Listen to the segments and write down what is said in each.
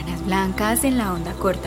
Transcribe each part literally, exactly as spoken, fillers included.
Canas Blancas en la onda corta.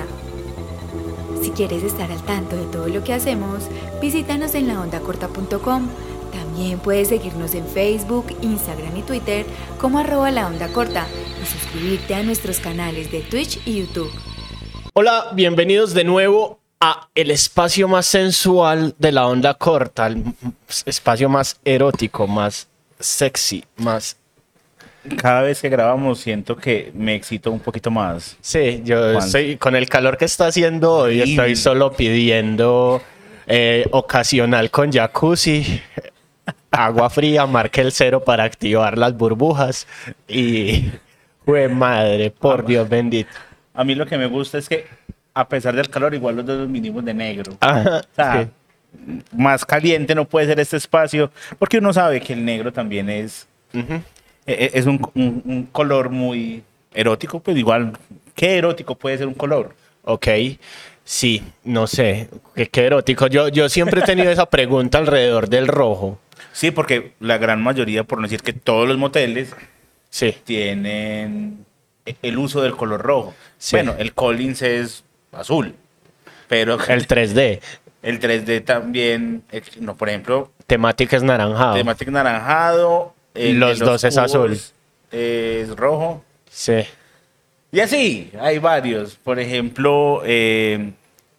Si quieres estar al tanto de todo lo que hacemos, visítanos en la onda corta punto com. También puedes seguirnos en Facebook, Instagram y Twitter como arroba la onda corta y suscribirte a nuestros canales de Twitch y YouTube. Hola, bienvenidos de nuevo a el espacio más sensual de la onda corta, el espacio más erótico, más sexy, más... Cada vez que grabamos siento que me excito un poquito más. Sí, yo Juan. estoy con el calor que está haciendo hoy, Sí. estoy solo pidiendo eh, ocasional con jacuzzi, agua fría, marque el cero para activar las burbujas y... ¡Jue madre! Por Ah, Dios bendito. A mí lo que me gusta es que, a pesar del calor, igual los dos nos vinimos de negro. Ajá, O sea, sí. más caliente no puede ser este espacio, porque uno sabe que el negro también es, Ujú. e- es un, un- un color muy erótico, pues igual, ¿qué erótico puede ser un color? Ok, sí, no sé, qué, qué erótico. Yo, yo siempre he tenido esa pregunta alrededor del rojo. Sí, porque la gran mayoría, por no decir que todos los moteles, Sí, tienen el uso del color rojo. Sí. Bueno, el Collins es azul, pero el tres D, el tres D también, eh, no, por ejemplo, temática es naranjado. temático naranjado, el Los de dos es cubos azul. es rojo. Sí, Y así, hay varios. Por ejemplo, eh,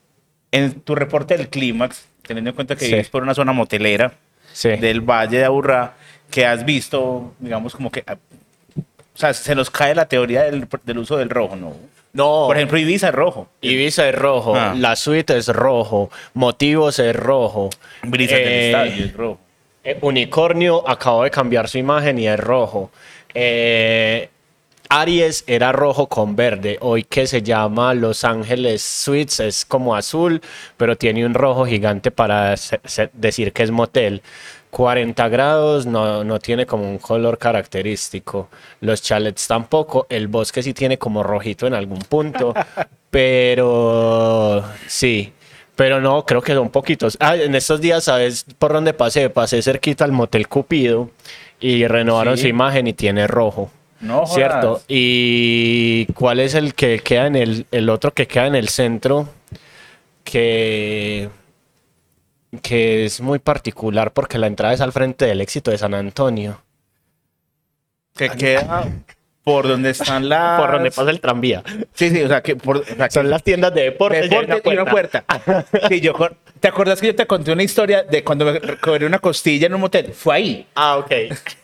en tu reporte del Clímax, teniendo en cuenta que Sí. vives por una zona motelera sí. del Valle de Aburrá, que has visto, digamos, como que... ah, o sea, se nos cae la teoría del, del uso del rojo, ¿no? No, Por ejemplo, Ibiza es rojo. Ibiza es rojo, Ah. la suite es rojo, Motivos es rojo. Brisa del eh, estadio es rojo. eh, Unicornio acabó de cambiar su imagen y es rojo. Eh, Aries era rojo con verde. Hoy que se llama Los Ángeles Suites es como azul, pero tiene un rojo gigante para se- se- decir que es motel. cuarenta grados no, no tiene como un color característico. Los chalets tampoco. El bosque sí tiene como rojito en algún punto, pero sí. Pero no, creo que son poquitos. Ah, en estos días, ¿sabes por dónde pasé? Pasé cerquita al Motel Cupido y renovaron Sí. su imagen y tiene rojo. No jodas. ¿Cierto? ¿Y cuál es el que queda en el, el otro que queda en el centro? Que, que es muy particular porque la entrada es al frente del Éxito de San Antonio. Que queda por donde están las... Por donde pasa el tranvía. Sí, sí, o sea, que por... o sea, que- Son las tiendas de deportes. y hay Deporte y una puerta. Sí, yo con- ¿Te acuerdas que yo te conté una historia de cuando me cobré una costilla en un motel? Fue ahí. Ah, ok.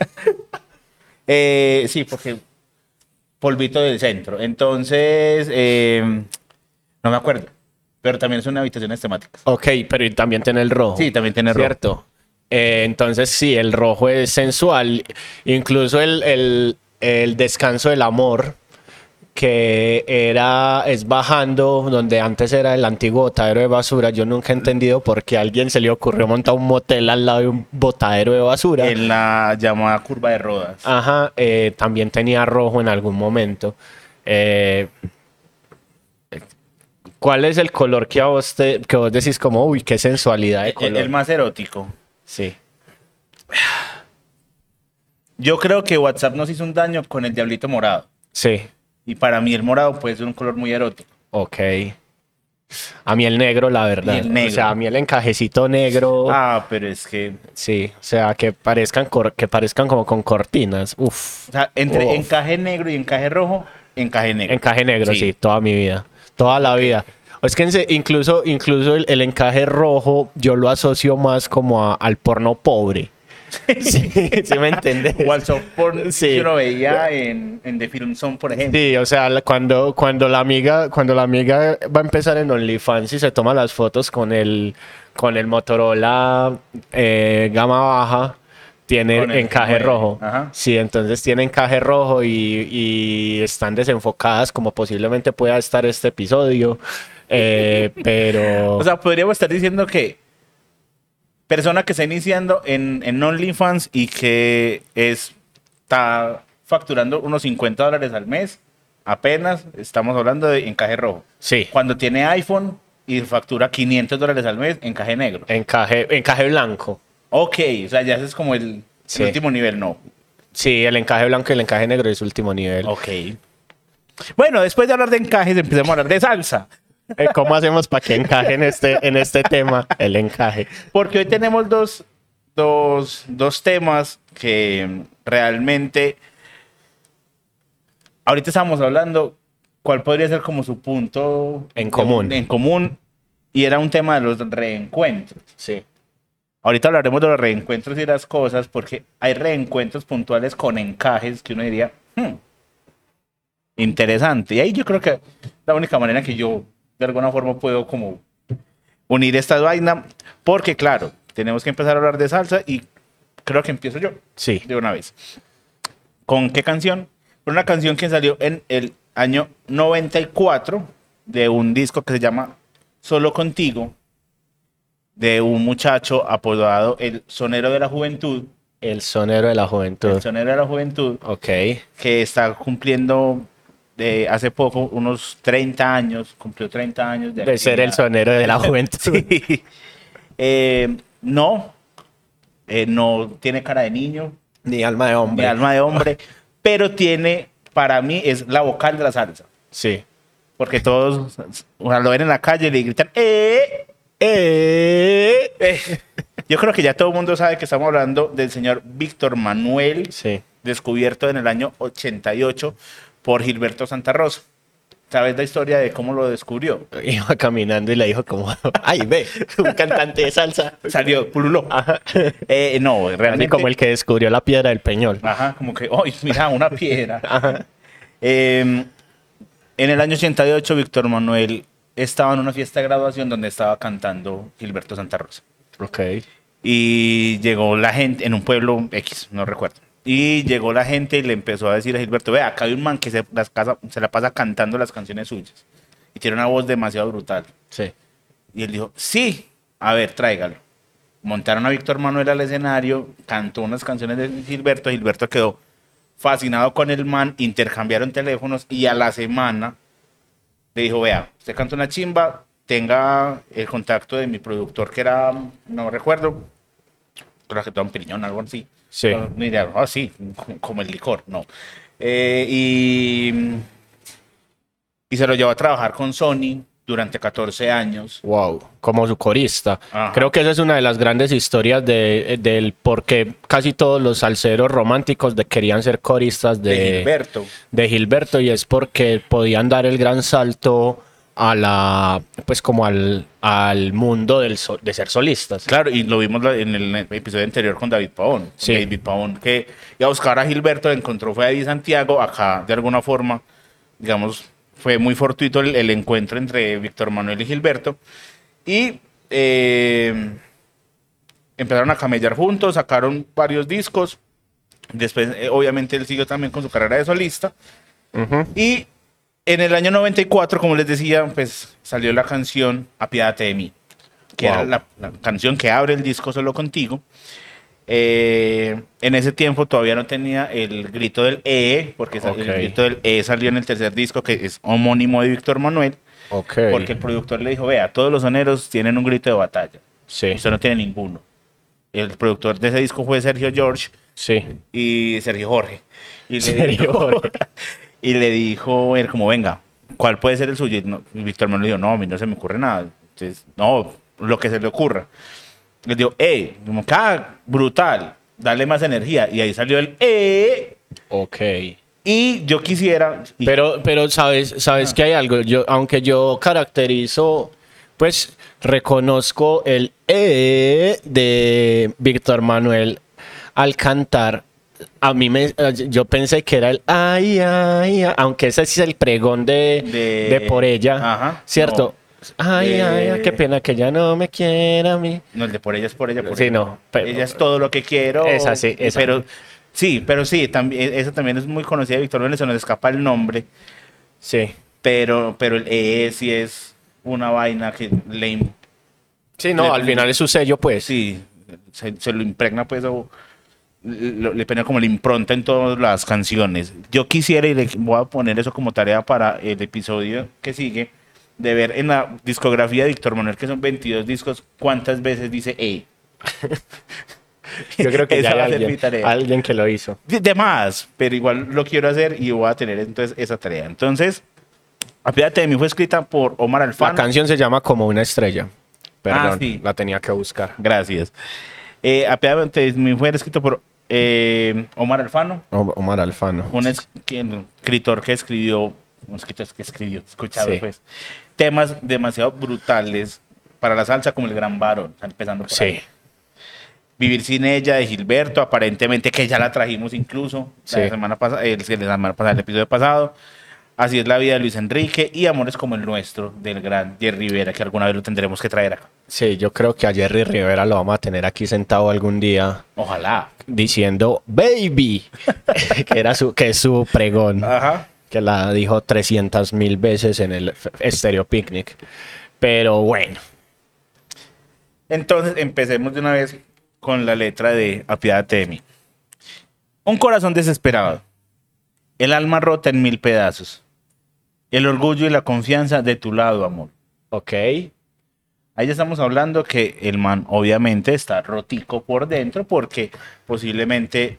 Eh, sí, porque polvito del centro. Entonces, eh, no me acuerdo. Pero también son habitaciones temáticas. Ok, pero y también tiene el rojo. Sí, también tiene rojo. ¿Cierto? Eh, entonces sí, el rojo es sensual. Incluso el, el, el descanso del amor, que era, es bajando, donde antes era el antiguo botadero de basura. Yo nunca he entendido por qué a alguien se le ocurrió montar un motel al lado de un botadero de basura. En la llamada curva de rodas. Ajá, eh, también tenía rojo en algún momento. Eh, ¿Cuál es el color que a vos, te, que vos decís como, uy, qué sensualidad de El, color? el más erótico. Sí. Yo creo que WhatsApp nos hizo un daño con el diablito morado. Sí, Y para mí el morado puede ser un color muy erótico. ok. A mí el negro, la verdad. Y el negro. O sea, a mí el encajecito negro, Ah, pero es que... sí. O sea, que parezcan, cor- que parezcan como con cortinas. Uf. O sea, entre Uf. encaje negro y encaje rojo, encaje negro. Encaje negro, Sí. sí. toda mi vida. Toda la vida. Es que en se- incluso, incluso el, el encaje rojo yo lo asocio más como a- al porno pobre. Sí, ¿sí me entiendes? O al soft porn Sí. que uno veía en, en The Film Zone, por ejemplo. Sí, o sea, la- cuando, cuando la amiga, cuando la amiga va a empezar en OnlyFans y se toma las fotos con el, con el Motorola eh, gama baja, tiene Con el encaje nueve. rojo. Ajá. Sí, entonces tiene encaje rojo y, y están desenfocadas como posiblemente pueda estar este episodio. Eh, pero... O sea, podríamos estar diciendo que persona que está iniciando en, en OnlyFans y que es, está facturando unos cincuenta dólares al mes, apenas estamos hablando de encaje rojo. sí, Cuando tiene iPhone y factura quinientos dólares al mes, encaje negro. encaje, encaje blanco. Ok, o sea, ya ese es como el, Sí. el último nivel, no. Sí, el encaje blanco y el encaje negro es último nivel. Ok. Bueno, después de hablar de encajes, empecemos a hablar de salsa. Eh, ¿Cómo hacemos para que encaje en este, en este tema el encaje? Porque hoy tenemos dos, dos, dos temas que realmente... Ahorita estamos hablando cuál podría ser como su punto... En común. En, en común. Y era un tema de los reencuentros. Sí. Ahorita hablaremos de los reencuentros y las cosas, porque hay reencuentros puntuales con encajes que uno diría, hmm, interesante. Y ahí yo creo que la única manera que yo de alguna forma puedo como unir esta vaina, porque claro, tenemos que empezar a hablar de salsa y creo que empiezo yo. Sí. De una vez. ¿Con qué canción? Con una canción que salió en el año noventa y cuatro de un disco que se llama Solo Contigo, de un muchacho apodado el Sonero de la Juventud. El sonero de la juventud. El Sonero de la Juventud. Ok. Que está cumpliendo de hace poco unos treinta años, cumplió treinta años de, De ser el sonero de la juventud. Sí. Eh, no, eh, no tiene cara de niño, Ni alma de hombre. ni alma de hombre, pero tiene, para mí, es la vocal de la salsa. Sí. Porque todos o sea, lo ven en la calle y le gritan, ¡eh! Eh. Eh. Yo creo que ya todo el mundo sabe que estamos hablando del señor Víctor Manuel, Sí. descubierto en el año ochenta y ocho por Gilberto Santa Rosa. ¿Sabes la historia de cómo lo descubrió? Iba caminando y le dijo como, ay, ve, un cantante de salsa. Salió, pululó. Ajá. Eh, no, realmente. Así como el que descubrió la piedra del Peñol. Ajá, como que, ¡ay, mira, una piedra! Ajá. Eh, en el año ochenta y ocho, Víctor Manuel estaba en una fiesta de graduación donde estaba cantando Gilberto Santa Rosa. Ok. Y llegó la gente, en un pueblo X, no recuerdo. Y llegó la gente y le empezó a decir a Gilberto, vea, acá hay un man que se, las casa, se la pasa cantando las canciones suyas. Y tiene una voz demasiado brutal. Sí. Y él dijo, sí, a ver, tráigalo. Montaron a Víctor Manuel al escenario, cantó unas canciones de Gilberto, Gilberto quedó fascinado con el man, intercambiaron teléfonos y a la semana le dijo, vea, usted canta una chimba, tenga el contacto de mi productor que era, no recuerdo, creo que era un piñón, algo así. Sí. No, ni idea, ah, sí, como el licor, no. Eh, y, y se lo llevó a trabajar con Sony durante catorce años. Wow, como su corista. Ajá. Creo que esa es una de las grandes historias de, del por qué casi todos los salseros románticos de, querían ser coristas de, De Gilberto. de Gilberto, y es porque podían dar el gran salto a la, pues como al, al mundo del so- de ser solistas. Claro, y lo vimos la- en el episodio anterior con David Pavón. Sí. David Pavón, que iba a buscar a Gilberto, encontró fue a Eddie Santiago. Acá, de alguna forma, digamos, fue muy fortuito el, el encuentro entre Víctor Manuel y Gilberto. Y eh, empezaron a camellar juntos, sacaron varios discos. Después, eh, obviamente, él siguió también con su carrera de solista. Ujú. Y en el año noventa y cuatro, como les decía, pues salió la canción Apiádate de mí, que Wow. era la, la canción que abre el disco Solo Contigo. Eh, en ese tiempo todavía no tenía el grito del E, porque sa- Ok. el grito del E salió en el tercer disco, que es homónimo de Víctor Manuel, Ok. porque el productor le dijo, vea, todos los soneros tienen un grito de batalla, Sí, usted no tiene ninguno. El productor de ese disco fue Sergio George sí. y Sergio Jorge. Y le Sergio dijo, Jorge. y le dijo él como, venga, ¿cuál puede ser el suyo? Y no- y Víctor Manuel le dijo, no, a mí no se me ocurre nada. Entonces, no, lo que se le ocurra. Le dijo, eh, como que, ah, brutal, dale más energía. Y ahí salió el eh. Ok. Y yo quisiera... y- Pero, pero sabes, sabes que hay algo. Yo, aunque yo caracterizo, pues reconozco el E de Víctor Manuel al cantar. A mí me, yo pensé que era el ay, ay, ay, aunque ese sí es el pregón de, De- de por ella, Ajá, ¿cierto? Ay, De- ay, ay, qué pena que ella no me quiera a mí. No, el de por ella es por ella. Por Sí, ella. no, pero- ella es todo lo que quiero. Es así, es pero, así. sí, pero sí, también, esa también es muy conocida de Víctor Manuel, se nos escapa el nombre. Sí. Pero, pero el E sí es una vaina que le, im- Sí, no, Le- al final es su sello, pues. sí, se, se lo impregna, pues, o lo- le pone como la impronta en todas las canciones. Yo quisiera, y le voy a poner eso como tarea para el episodio que sigue, de ver en la discografía de Víctor Manuel, que son veintidós discos, cuántas veces dice E. Yo creo que ya Esa hay va a ser alguien, mi tarea. alguien que lo hizo. De, de más, pero igual lo quiero hacer y voy a tener entonces esa tarea. Entonces, Apiádate de mí fue escrita por Omar La Alfano. canción se llama Como una estrella. Perdón, Ah, sí. la tenía que buscar. Gracias. Eh, Apiádate de mí fue escrito por eh, Omar Alfano, O- Omar Alfano. un es- que- un escritor que escribió, un escritor que escribió, escuchado Sí. pues, temas demasiado brutales para la salsa como El Gran Varón, empezando por Sí. ahí. Vivir sin ella de Gilberto, aparentemente que ya la trajimos incluso Sí. la semana pasada, el, la semana pasada, el episodio pasado. Así es la vida de Luis Enrique y Amores como el nuestro del gran Jerry Rivera, que alguna vez lo tendremos que traer acá. Sí, yo creo que a Jerry Rivera lo vamos a tener aquí sentado algún día Ojalá. diciendo Baby, que, era su, que es su pregón, Ajá. que la dijo trescientas mil veces en el Stereo Picnic. Pero bueno, Entonces empecemos de una vez con la letra de Apiádate de mí. Un corazón desesperado, el alma rota en mil pedazos, el orgullo y la confianza de tu lado, amor. ok. Ahí ya estamos hablando que el man obviamente está rotico por dentro porque posiblemente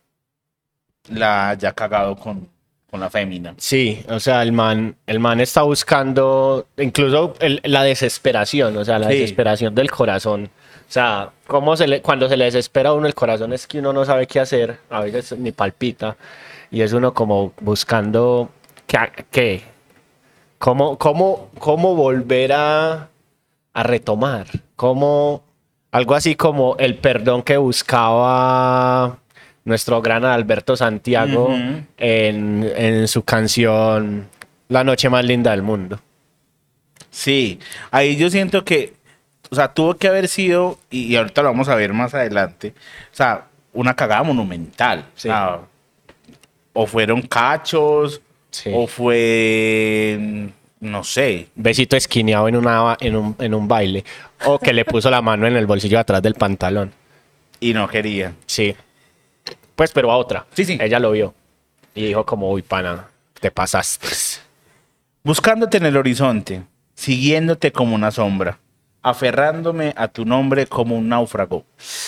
la haya cagado con, con la fémina. Sí, o sea, el man, el man está buscando incluso el- la desesperación, o sea, la Sí. desesperación del corazón. O sea, cómo se le, cuando se le desespera a uno el corazón es que uno no sabe qué hacer, a veces ni palpita, y es uno como buscando qué, qué cómo, cómo, cómo volver a, a retomar, cómo, algo así como el perdón que buscaba nuestro gran Alberto Santiago Ujú. en, en su canción La noche más linda del mundo. Sí, ahí yo siento que, o sea, tuvo que haber sido, y, y ahorita lo vamos a ver más adelante, o sea, una cagada monumental. Sí. O sea, o fueron cachos, Sí. o fue, no sé. Besito esquineado en, una, en, un, en un baile. O que le puso la mano en el bolsillo de atrás del pantalón. Y no quería. Sí. Pues, pero a otra. Sí, sí. Ella lo vio. Y dijo como, uy, pana, te pasaste. Buscándote en el horizonte, siguiéndote como una sombra, aferrándome a tu nombre como un náufrago.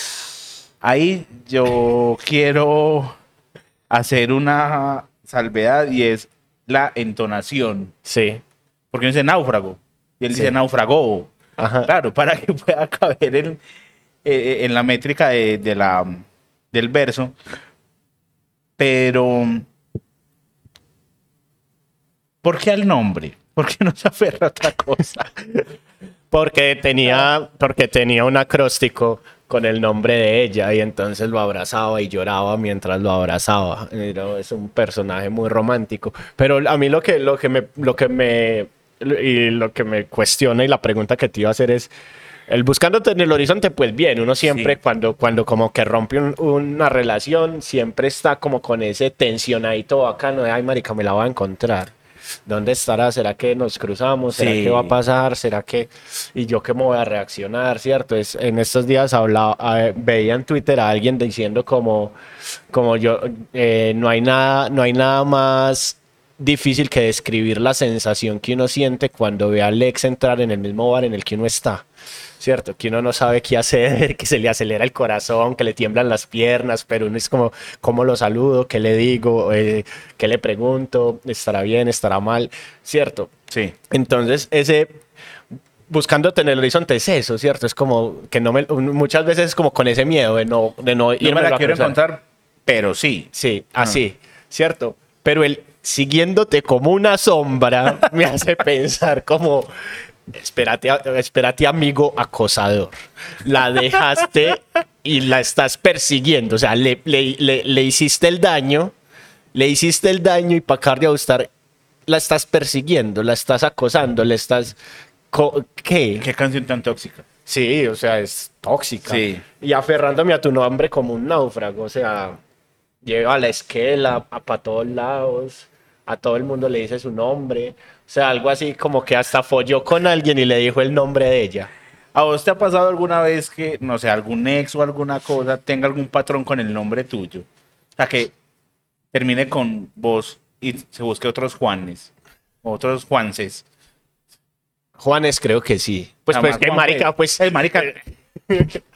Ahí yo quiero hacer una salvedad y es la entonación. Sí. Porque uno dice náufrago y él Sí. dice náufrago. Ajá. Claro, para que pueda caber en, eh, en la métrica de, de la, del verso. Pero, ¿por qué al nombre? ¿Por qué no se aferra a otra cosa? Porque tenía, porque tenía un acróstico con el nombre de ella y entonces lo abrazaba y lloraba mientras lo abrazaba. Era- es un personaje muy romántico. Pero a mí lo que, lo que me, lo que me, y lo que me cuestiona y la pregunta que te iba a hacer es, el buscándote en el horizonte, pues bien, uno siempre Sí. cuando, cuando como que rompe un- una relación, siempre está como con ese tensionadito bacano de, ay, marica, me la voy a encontrar. ¿Dónde estará? ¿Será que nos cruzamos? ¿Será Sí. que va a pasar? ¿Será que...? ¿Y yo cómo voy a reaccionar? ¿Cierto? Es, en estos días hablaba, eh, veía en Twitter a alguien diciendo como, como yo, eh, no hay nada, no hay nada más difícil que describir la sensación que uno siente cuando ve al ex entrar en el mismo bar en el que uno está. ¿Cierto? Que uno no sabe qué hacer, que se le acelera el corazón, que le tiemblan las piernas, pero uno es como, ¿cómo lo saludo? ¿Qué le digo? Eh, ¿Qué le pregunto? ¿Estará bien? ¿Estará mal? ¿Cierto? Sí. Entonces, ese buscándote en el horizonte es eso, ¿cierto? Es como que no me, muchas veces es como con ese miedo de no, de no No irme me la a quiero cruzar. encontrar, pero sí. Sí, así, ¿cierto? Pero el siguiéndote como una sombra me hace pensar como, espérate, a- espérate amigo acosador, la dejaste y la estás persiguiendo, o sea, le, le, le, le hiciste el daño, le hiciste el daño y para acabar de ajustar, la estás persiguiendo, la estás acosando, le estás... co- ¿Qué? Qué canción tan tóxica. Sí, o sea, es tóxica. Sí. Y aferrándome a tu nombre como un náufrago, o sea, llega a la esquela, a para todos lados, a todo el mundo le dice su nombre, o sea, algo así como que hasta folló con alguien y le dijo el nombre de ella. ¿A vos te ha pasado alguna vez que, no sé, algún ex o alguna cosa tenga algún patrón con el nombre tuyo? O sea, que termine con vos y se busque otros Juanes, otros Juances. Juanes creo que sí. Pues, pues Jamás que Juan, marica, pues... El marica.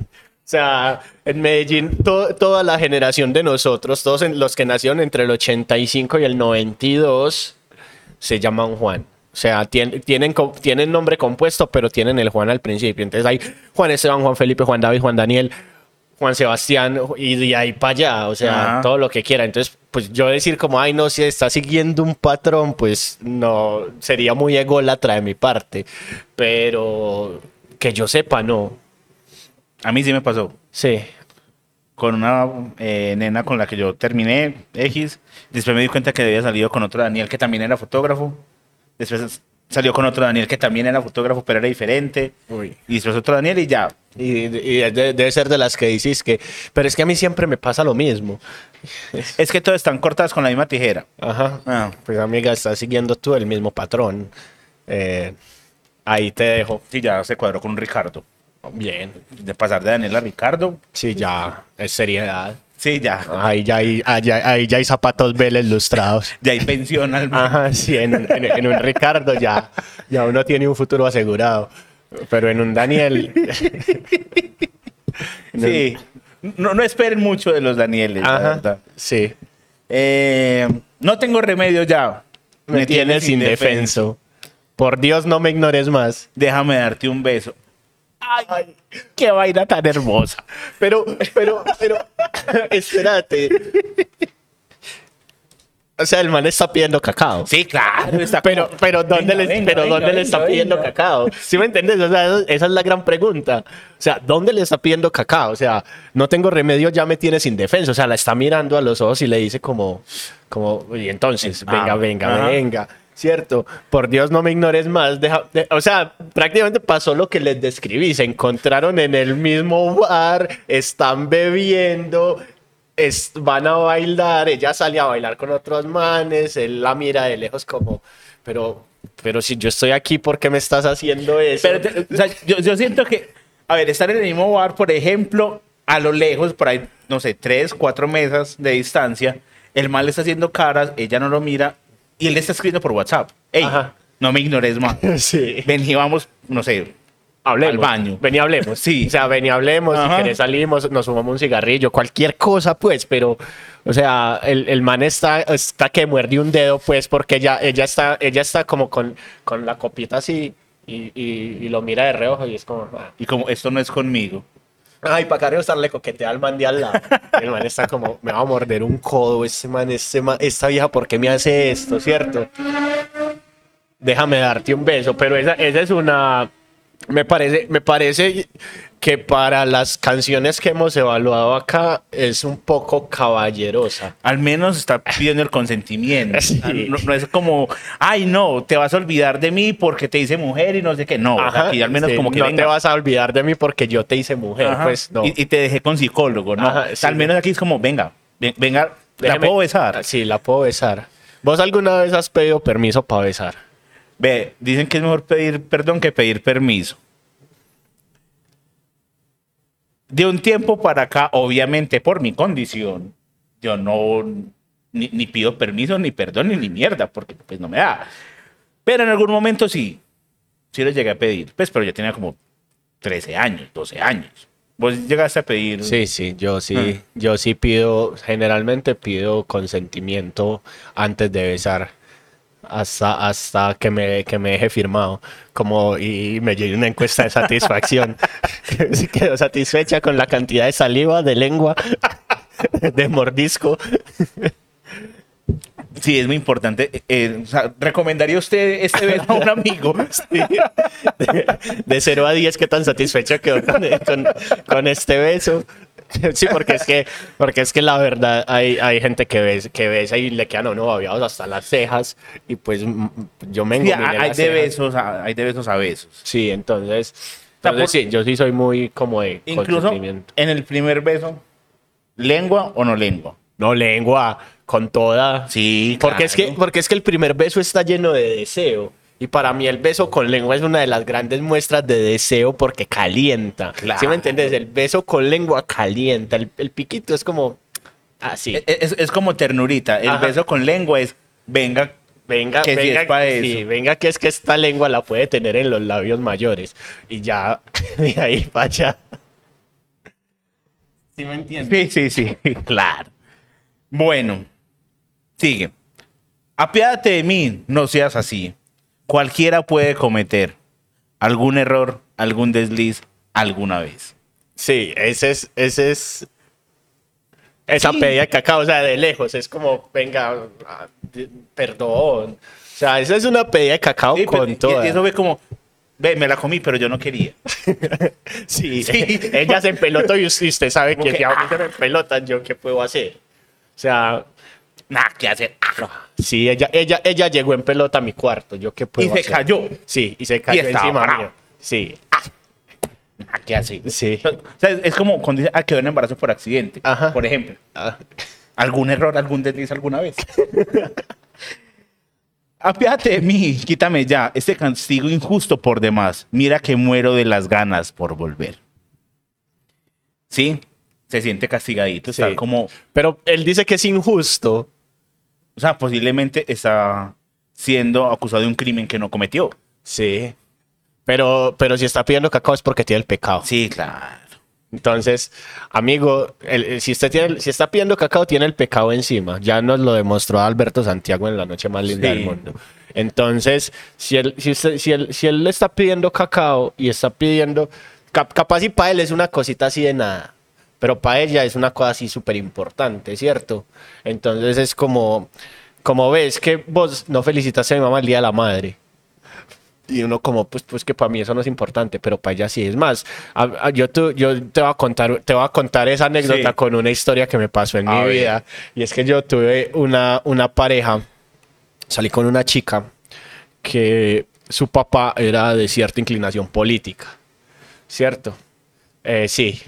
sea, en Medellín, to- toda la generación de nosotros, todos en- los que nacieron entre el ochenta y cinco y el noventa y dos, se llaman Juan. O sea, tien- tienen, co- tienen nombre compuesto, pero tienen el Juan al principio. Entonces hay Juan Esteban, Juan Felipe, Juan David, Juan Daniel, Juan Sebastián, y de ahí para allá. O sea, Ajá. todo lo que quiera. Entonces, pues yo decir como, ay, no, si está siguiendo un patrón, pues no, sería muy ególatra de mi parte. Pero que yo sepa, no. A mí sí me pasó. Sí. Con una eh, nena con la que yo terminé, X. Después me di cuenta que había salido con otro Daniel que también era fotógrafo. Después salió con otro Daniel que también era fotógrafo, pero era diferente. Uy. Y después otro Daniel y ya. Y, y de- debe ser de las que dices que... Pero es que a mí siempre me pasa lo mismo. Es que todas están cortadas con la misma tijera. Ajá. Ah. Pues amiga, estás siguiendo tú el mismo patrón. Eh, ahí te dejo. Sí, ya se cuadró con un Ricardo. Bien. De pasar de Daniel a Ricardo. Sí, ya. Es seriedad. Sí, ya. Ahí ya hay, ahí ya, ahí ya hay zapatos Vélez lustrados. Ya hay pensión al mes. Ajá, sí, en, en- en un Ricardo ya, ya uno tiene un futuro asegurado. Pero en un Daniel... Sí. No, no esperen mucho de los Danieles, la Ajá, verdad. sí. Eh, no tengo remedio ya. Me tienes indefenso. Por Dios, no me ignores más. Déjame darte un beso. Ay, qué vaina tan hermosa. Pero, pero, pero, espérate. O sea, el man está pidiendo cacao. Sí, claro. Está Pero, como- pero ¿dónde, Venga, le, venga, pero venga, ¿dónde le venga, está venga. pidiendo cacao? ¿Sí me entiendes? O sea, eso- esa es la gran pregunta. O sea, ¿dónde le está pidiendo cacao? O sea, no tengo remedio, ya me tienes indefenso. O sea, la está mirando a los ojos y le dice como, como, y entonces, Ah, venga, venga, ajá. venga. ¿Cierto? Por Dios, no me ignores más. Deja- de- o sea, prácticamente pasó lo que les describí. Se encontraron en el mismo bar, están bebiendo, es- van a bailar, ella sale a bailar con otros manes, él la mira de lejos como, pero, pero si yo estoy aquí, ¿por qué me estás haciendo eso? Pero te- o sea, yo, yo siento que, a ver, estar en el mismo bar, por ejemplo, a lo lejos, por ahí, no sé, tres, cuatro mesas de distancia, el mal le está haciendo caras, ella no lo mira y él le está escribiendo por WhatsApp. Ey, Ajá. no me ignores más. Sí. Ven y vamos, no sé, Hablemos. al baño. Ven y hablemos. Sí. O sea, ven y hablemos. Ajá. Si querés salimos, nos fumamos un cigarrillo, cualquier cosa, pues. Pero, o sea, el, el man está, está que muerde un dedo, pues, porque ella, ella, está, ella está como con, con la copita así y, y, y lo mira de reojo y es como... ah. Y como, esto no es conmigo. Ay, para Carlos estarle coquetea al man de al lado. El man está como, me va a morder un codo, ese man, ese man, esta vieja, ¿por qué me hace esto, cierto? Déjame darte un beso, pero esa, esa es una... Me parece, me parece que para las canciones que hemos evaluado acá es un poco caballerosa. Al menos está pidiendo el consentimiento. Sí. No, no es como, ay, no, te vas a olvidar de mí porque te hice mujer y no sé qué. No, Ajá, aquí al menos sí, como que no venga. te vas a olvidar de mí porque yo te hice mujer, Ajá. pues no. y, y te dejé con psicólogo, ¿no? Ajá, O sea, al sí. menos aquí es como, venga, ven- venga, ¿la Déjeme- puedo besar? Sí, la puedo besar. ¿Vos alguna vez has pedido permiso para besar? Ve, dicen que es mejor pedir perdón que pedir permiso. De un tiempo para acá, obviamente por mi condición, yo no ni, ni pido permiso, ni perdón, ni, ni mierda, porque pues no me da. Pero en algún momento sí, sí lo llegué a pedir, pues, pero yo tenía como trece años, doce años. ¿Vos llegaste a pedir? Sí, sí, yo sí, Ah. yo sí pido, generalmente pido consentimiento antes de besar, hasta, hasta que me, que me deje firmado, como y me llegue una encuesta de satisfacción. Si quedo satisfecha con la cantidad de saliva, de lengua, de mordisco. Sí, es muy importante. Eh, o sea, ¿recomendaría usted este beso a un amigo? Sí. De, de cero a diez, ¿qué tan satisfecho quedó con, con, con este beso? Sí, porque es que, porque es que la verdad hay, hay gente que besa, que besa y le quedan a uno babeados hasta las cejas y pues mm, yo me Sí, engominé hay las de cejas. besos, a- hay de besos a besos. Sí, entonces, sea, entonces por- sí, yo sí soy muy como de Incluso consentimiento. en el primer beso, ¿lengua o no lengua? No, lengua, con toda. Sí, Porque es, que, claro. porque es que el primer beso está lleno de deseo. Y para mí el beso con lengua es una de las grandes muestras de deseo porque calienta. Claro. ¿Sí me entiendes? El beso con lengua calienta. El, el piquito es como así. Es, es- es como ternurita. El Ajá. beso con lengua es, venga, Venga, que sí venga, es pa' sí, eso. venga, que es que esta lengua la puede tener en los labios mayores. Y ya, de ahí para allá. ¿Sí me entiendes? Sí, sí, sí, claro. Bueno, sigue. Apiádate de mí, no seas así. Cualquiera puede cometer algún error, algún desliz, alguna vez. Sí, ese es, ese es esa pedida de cacao, o sea, de lejos, es como, venga, ah, de- perdón. O sea, esa es una pedida de cacao Sí, pero- con y- todo. y eso ve como, ve, me la comí, pero yo no quería. Sí, Sí. ella se empelotó y usted, usted sabe Como que que, si a mí ah. se me pelotan, ¿yo qué puedo hacer? O sea, Nada que hacer. Ah, sí, ella, ella, ella llegó en pelota a mi cuarto, ¿yo qué puedo y se hacer? cayó. Sí, y se cayó estaba encima bravo. mío. Sí, Nada que hacer. sí. O sea, es, es como cuando dice, ah, quedó en embarazo por accidente. Ajá. Por ejemplo, Ah, algún error, algún desliz alguna vez. Apiádate de mí, quítame ya este castigo injusto por demás. Mira que muero de las ganas por volver. Sí, se siente castigadito, está Sí. como, Pero él dice que es injusto. o sea, posiblemente está siendo acusado de un crimen que no cometió. Sí. Pero, pero si está pidiendo cacao es porque tiene el pecado. Sí, claro. Entonces, amigo, el- el- si usted tiene, si está pidiendo cacao, tiene el pecado encima. Ya nos lo demostró Alberto Santiago en la noche más linda Sí. del mundo. Entonces, si él, si, usted- si, él, si él le está pidiendo cacao y está pidiendo, cap- capaz y para él es una cosita así de nada, pero para ella es una cosa así súper importante, ¿cierto? Entonces es como, como ves que vos no felicitaste a mi mamá el Día de la Madre. Y uno como, pues, pues que para mí eso no es importante, pero para ella sí. Es más, a- a- yo, tu- yo te voy a contar, te voy a contar esa anécdota Sí. con una historia que me pasó en A mi ver. vida. Y es que yo tuve una, una pareja, salí con una chica que su papá era de cierta inclinación política, ¿cierto? Eh, sí.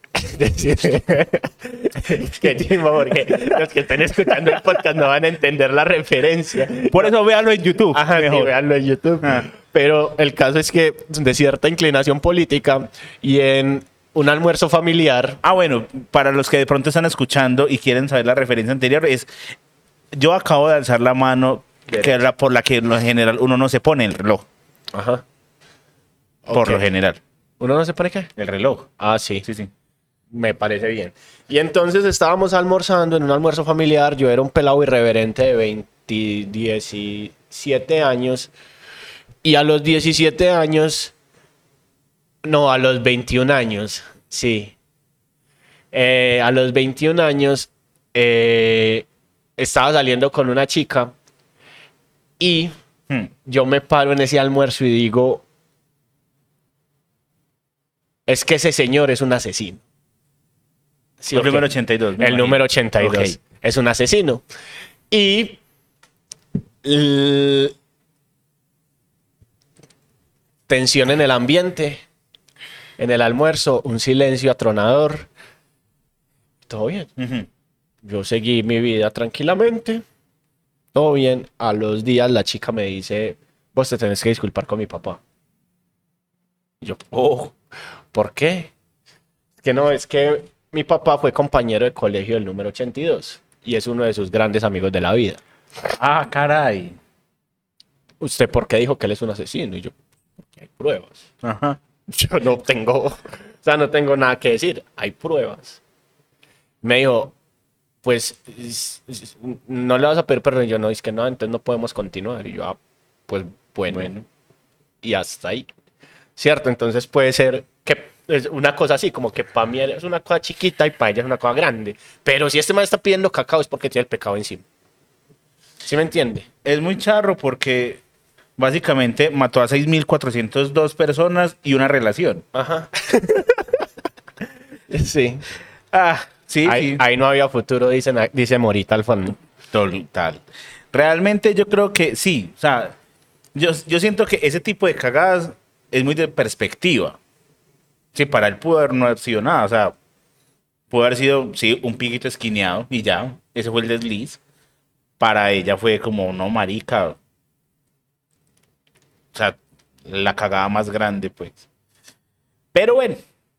Es que chimba, porque los que están escuchando el podcast no van a entender la referencia. Por eso véanlo en YouTube. Ajá, sí, mejor. véanlo en YouTube. Ah. Pero el caso es que de cierta inclinación política y en un almuerzo familiar. Ah, bueno, para los que de pronto están escuchando y quieren saber la referencia anterior, es yo acabo de alzar la mano que es la por la que en lo general uno no se pone el reloj. Ajá. Por Ok. lo general. ¿Uno no se pone qué? El reloj. Ah, sí. Sí, sí. Me parece bien. Y entonces estábamos almorzando en un almuerzo familiar. Yo era un pelado irreverente de veinte, diecisiete años. Y a los diecisiete años, no, a los veintiún años, sí. Eh, a los veintiún años eh, estaba saliendo con una chica y Hmm. yo me paro en ese almuerzo y digo, es que ese señor es un asesino. Sí, el ok. número ochenta y dos. me El imagino. número ochenta y dos. Ok. Es un asesino. Y l- tensión en el ambiente, en el almuerzo, un silencio atronador. Todo bien. Ujú. Yo seguí mi vida tranquilamente. Todo bien. A los días la chica me dice, vos te tenés que disculpar con mi papá. Y yo, oh, ¿por qué? Es que no, es que mi papá fue compañero de colegio del número ochenta y dos y es uno de sus grandes amigos de la vida. Ah, caray. ¿Usted por qué dijo que él es un asesino? Y yo, porque hay pruebas. Ajá. Yo no tengo, o sea, no tengo nada que decir. Hay pruebas. Me dijo, pues, es- es- no le vas a pedir perdón. Y yo, no, es que no, entonces no podemos continuar. Y yo, ah, pues, bueno. Bueno. Y hasta ahí. ¿Cierto? Entonces puede ser que es una cosa así, como que para mí es una cosa chiquita y para ella es una cosa grande. Pero si este man está pidiendo cacao es porque tiene el pecado encima. ¿Sí me entiende? Es muy charro porque básicamente mató a seis mil cuatrocientas dos personas y una relación. Ajá. Sí. Ah, sí, Ahí, sí. ahí no había futuro, dicen, dice Morita al fondo. Total. Realmente yo creo que sí. O sea, yo, yo siento que ese tipo de cagadas es muy de perspectiva. Sí, para él pudo haber no haber sido nada. O sea, pudo haber sido, sí, un piquito esquineado y ya. Ese fue el desliz. Para ella fue como, no, marica. O sea, la cagada más grande, pues. Pero bueno.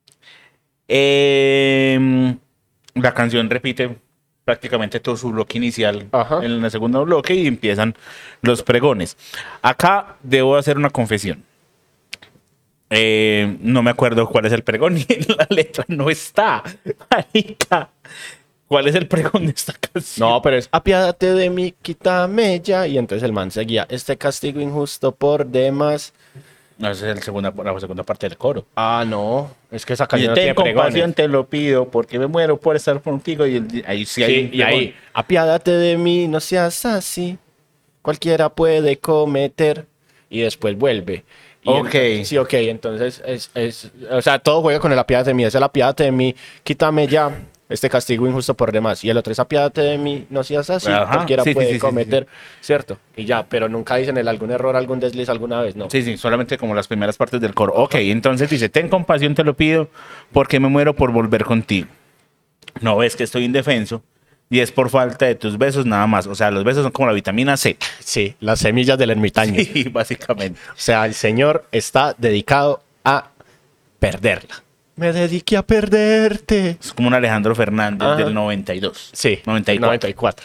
Eh, la canción repite prácticamente todo su bloque inicial Ajá. en el segundo bloque y empiezan los pregones. Acá debo hacer una confesión. Eh, no me acuerdo cuál es el pregón y la letra no está. Marica. ¿Cuál es el pregón de esta canción? No, pero es apiádate de mí, quítame ya. Y entonces el man seguía, este castigo injusto por demás. No, esa es el segunda, la segunda parte del coro. Ah, no, es que esa Y canción no ten tiene compasión, pregones. te lo pido, porque me muero por estar contigo. Y el- ahí sí hay Sí, un y ahí, pregón. apiádate de mí, no seas así. Cualquiera puede cometer. Y después vuelve. Y Ok. entonces- sí, ok, entonces es, es, o sea, todo juega con el apiádate de mí. Es el apiádate de mí, quítame ya este castigo injusto por demás. Y el otro es apiádate de mí, no seas así. Ajá. Cualquiera Sí, sí, puede sí, sí, cometer, ¿cierto? Y ya, pero nunca dicen el algún error, algún desliz alguna vez, ¿no? Sí, sí, solamente como las primeras partes del coro. Ok, entonces dice, ten compasión, te lo pido, porque me muero por volver contigo. No ves que estoy indefenso y es por falta de tus besos nada más. O sea, los besos son como la vitamina C. Sí, las semillas del ermitaño. Sí, básicamente. O sea, el Señor está dedicado a perderla. Me dediqué a perderte. Es como un Alejandro Fernández Ajá. del noventa y dos. Sí, noventa y cuatro. noventa y cuatro.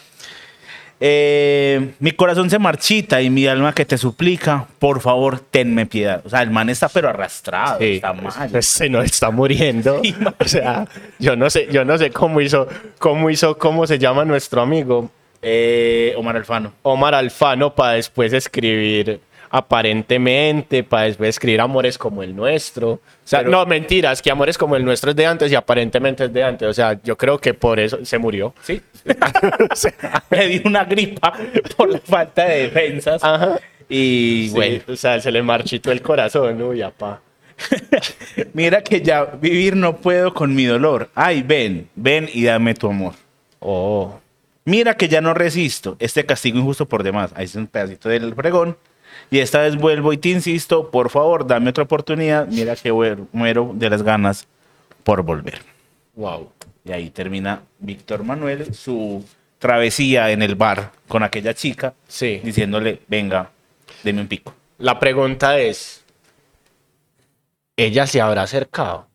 Eh, mi corazón se marchita y mi alma que te suplica, por favor, tenme piedad. O sea, el man está pero arrastrado, Sí, está mal. se nos está muriendo. Sí, O sea, yo no sé, yo no sé cómo hizo, cómo hizo, cómo se llama nuestro amigo Eh, Omar Alfano. Omar Alfano para después escribir aparentemente, para después escribir amores como el nuestro. O sea, Pero- no, mentiras, que amores como el nuestro es de antes y aparentemente es de antes. O sea, yo creo que por eso se murió. Sí. Me dio una gripa por la falta de defensas. Ajá. Y Sí, bueno, o sea, se le marchitó el corazón, uy, apá. mira que ya vivir no puedo con mi dolor. Ay, ven, ven y dame tu amor. Oh, Mira que ya no resisto este castigo injusto por demás. Ahí es un pedacito del pregón. Y esta vez vuelvo y te insisto, por favor, dame otra oportunidad. Mira que muero- muero de las ganas por volver. wow. Y ahí termina Víctor Manuel su travesía en el bar con aquella chica, Sí. diciéndole, venga, deme un pico. La pregunta es, ¿ella se habrá acercado?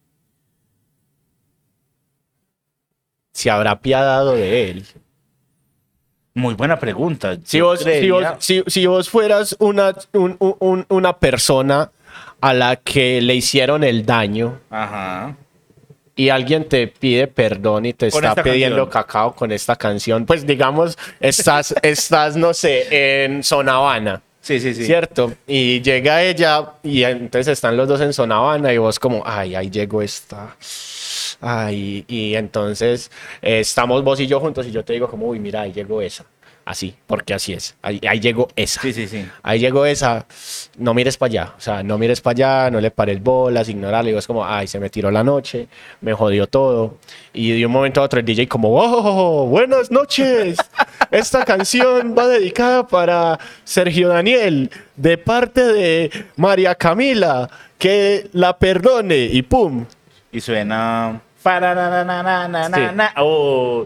¿Se habrá apiadado de él? Muy buena pregunta. Si Yo vos, si creería- vos, si- si vos fueras una, un- un- un- una persona a la que le hicieron el daño Ajá. y alguien te pide perdón y te Con está esta pidiendo canción. cacao con esta canción, pues digamos, estás, estás, no sé, en Zona Habana. Sí, sí, sí. ¿Cierto? Y llega ella y entonces están los dos en Zona Habana y vos como, ay, ahí llegó esta. Ay, y entonces eh, estamos vos y yo juntos y yo te digo como, uy, mira, ahí llegó esa. Así, porque así es. Ahí, ahí llegó esa. Sí, sí, sí. Ahí llegó esa. No mires para allá. O sea, no mires para allá, no le pares bolas, ignorarle. Y vos como, ay, se me tiró la noche, me jodió todo. Y de un momento a otro el D J como, oh, buenas noches. Esta canción va dedicada para Sergio Daniel, de parte de María Camila, que la perdone. Y pum. Y suena... Farananananana. Sí. Oh.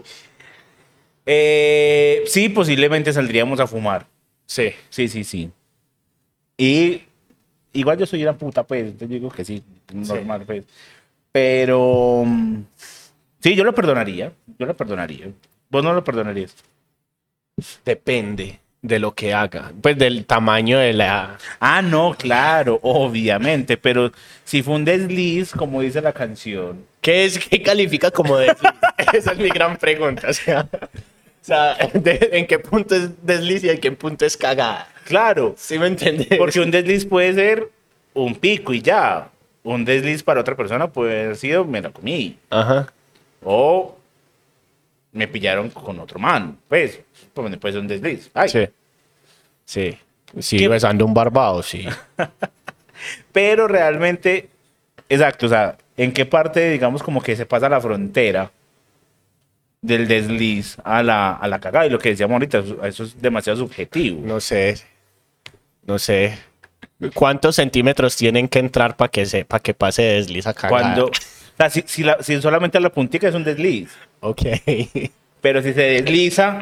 Eh, sí, posiblemente saldríamos a fumar. Sí. Sí, sí, sí. Y igual yo soy una puta, pues. Te digo que sí, normal, pues. Pero mm, sí, yo lo perdonaría. Yo lo perdonaría. ¿Vos no lo perdonarías? Depende de lo que haga. Pues del tamaño de la... Ah, no, claro, obviamente. Pero si fue un desliz, como dice la canción. ¿Qué es? ¿Qué califica como desliz? Esa es mi gran pregunta. O sea, o sea, de- ¿en qué punto es desliz y en qué punto es cagada? Claro, ¿Sí me entiendes? porque un desliz puede ser un pico y ya. Un desliz para otra persona puede haber sido me la comí. Ajá. O me pillaron con otro man. Pues, pues puede ser un desliz. Ay. Sí. Sí. Sí, ¿Qué? besando un barbado, sí. Pero realmente, exacto, o sea, ¿en qué parte, digamos, como que se pasa la frontera del desliz a la, a la cagada? Y lo que decíamos ahorita, eso, eso es demasiado subjetivo. No sé. No sé. ¿Cuántos centímetros tienen que entrar para que, se, pa' que pase de desliz a cagada? Cuando, o sea, si, si, la- si solamente la puntica es un desliz, Ok. pero si se desliza,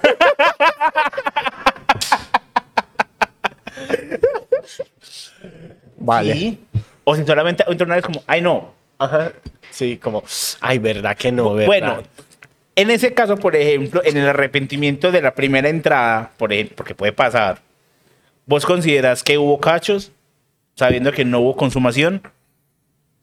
Vale. sí. O si solamente entra una vez como, ay no. Ajá. Sí, como, ay, ¿verdad que no? ¿Verdad? Bueno, en ese caso, por ejemplo, en el arrepentimiento de la primera entrada, por ejemplo, porque puede pasar, ¿vos consideras que hubo cachos sabiendo que no hubo consumación?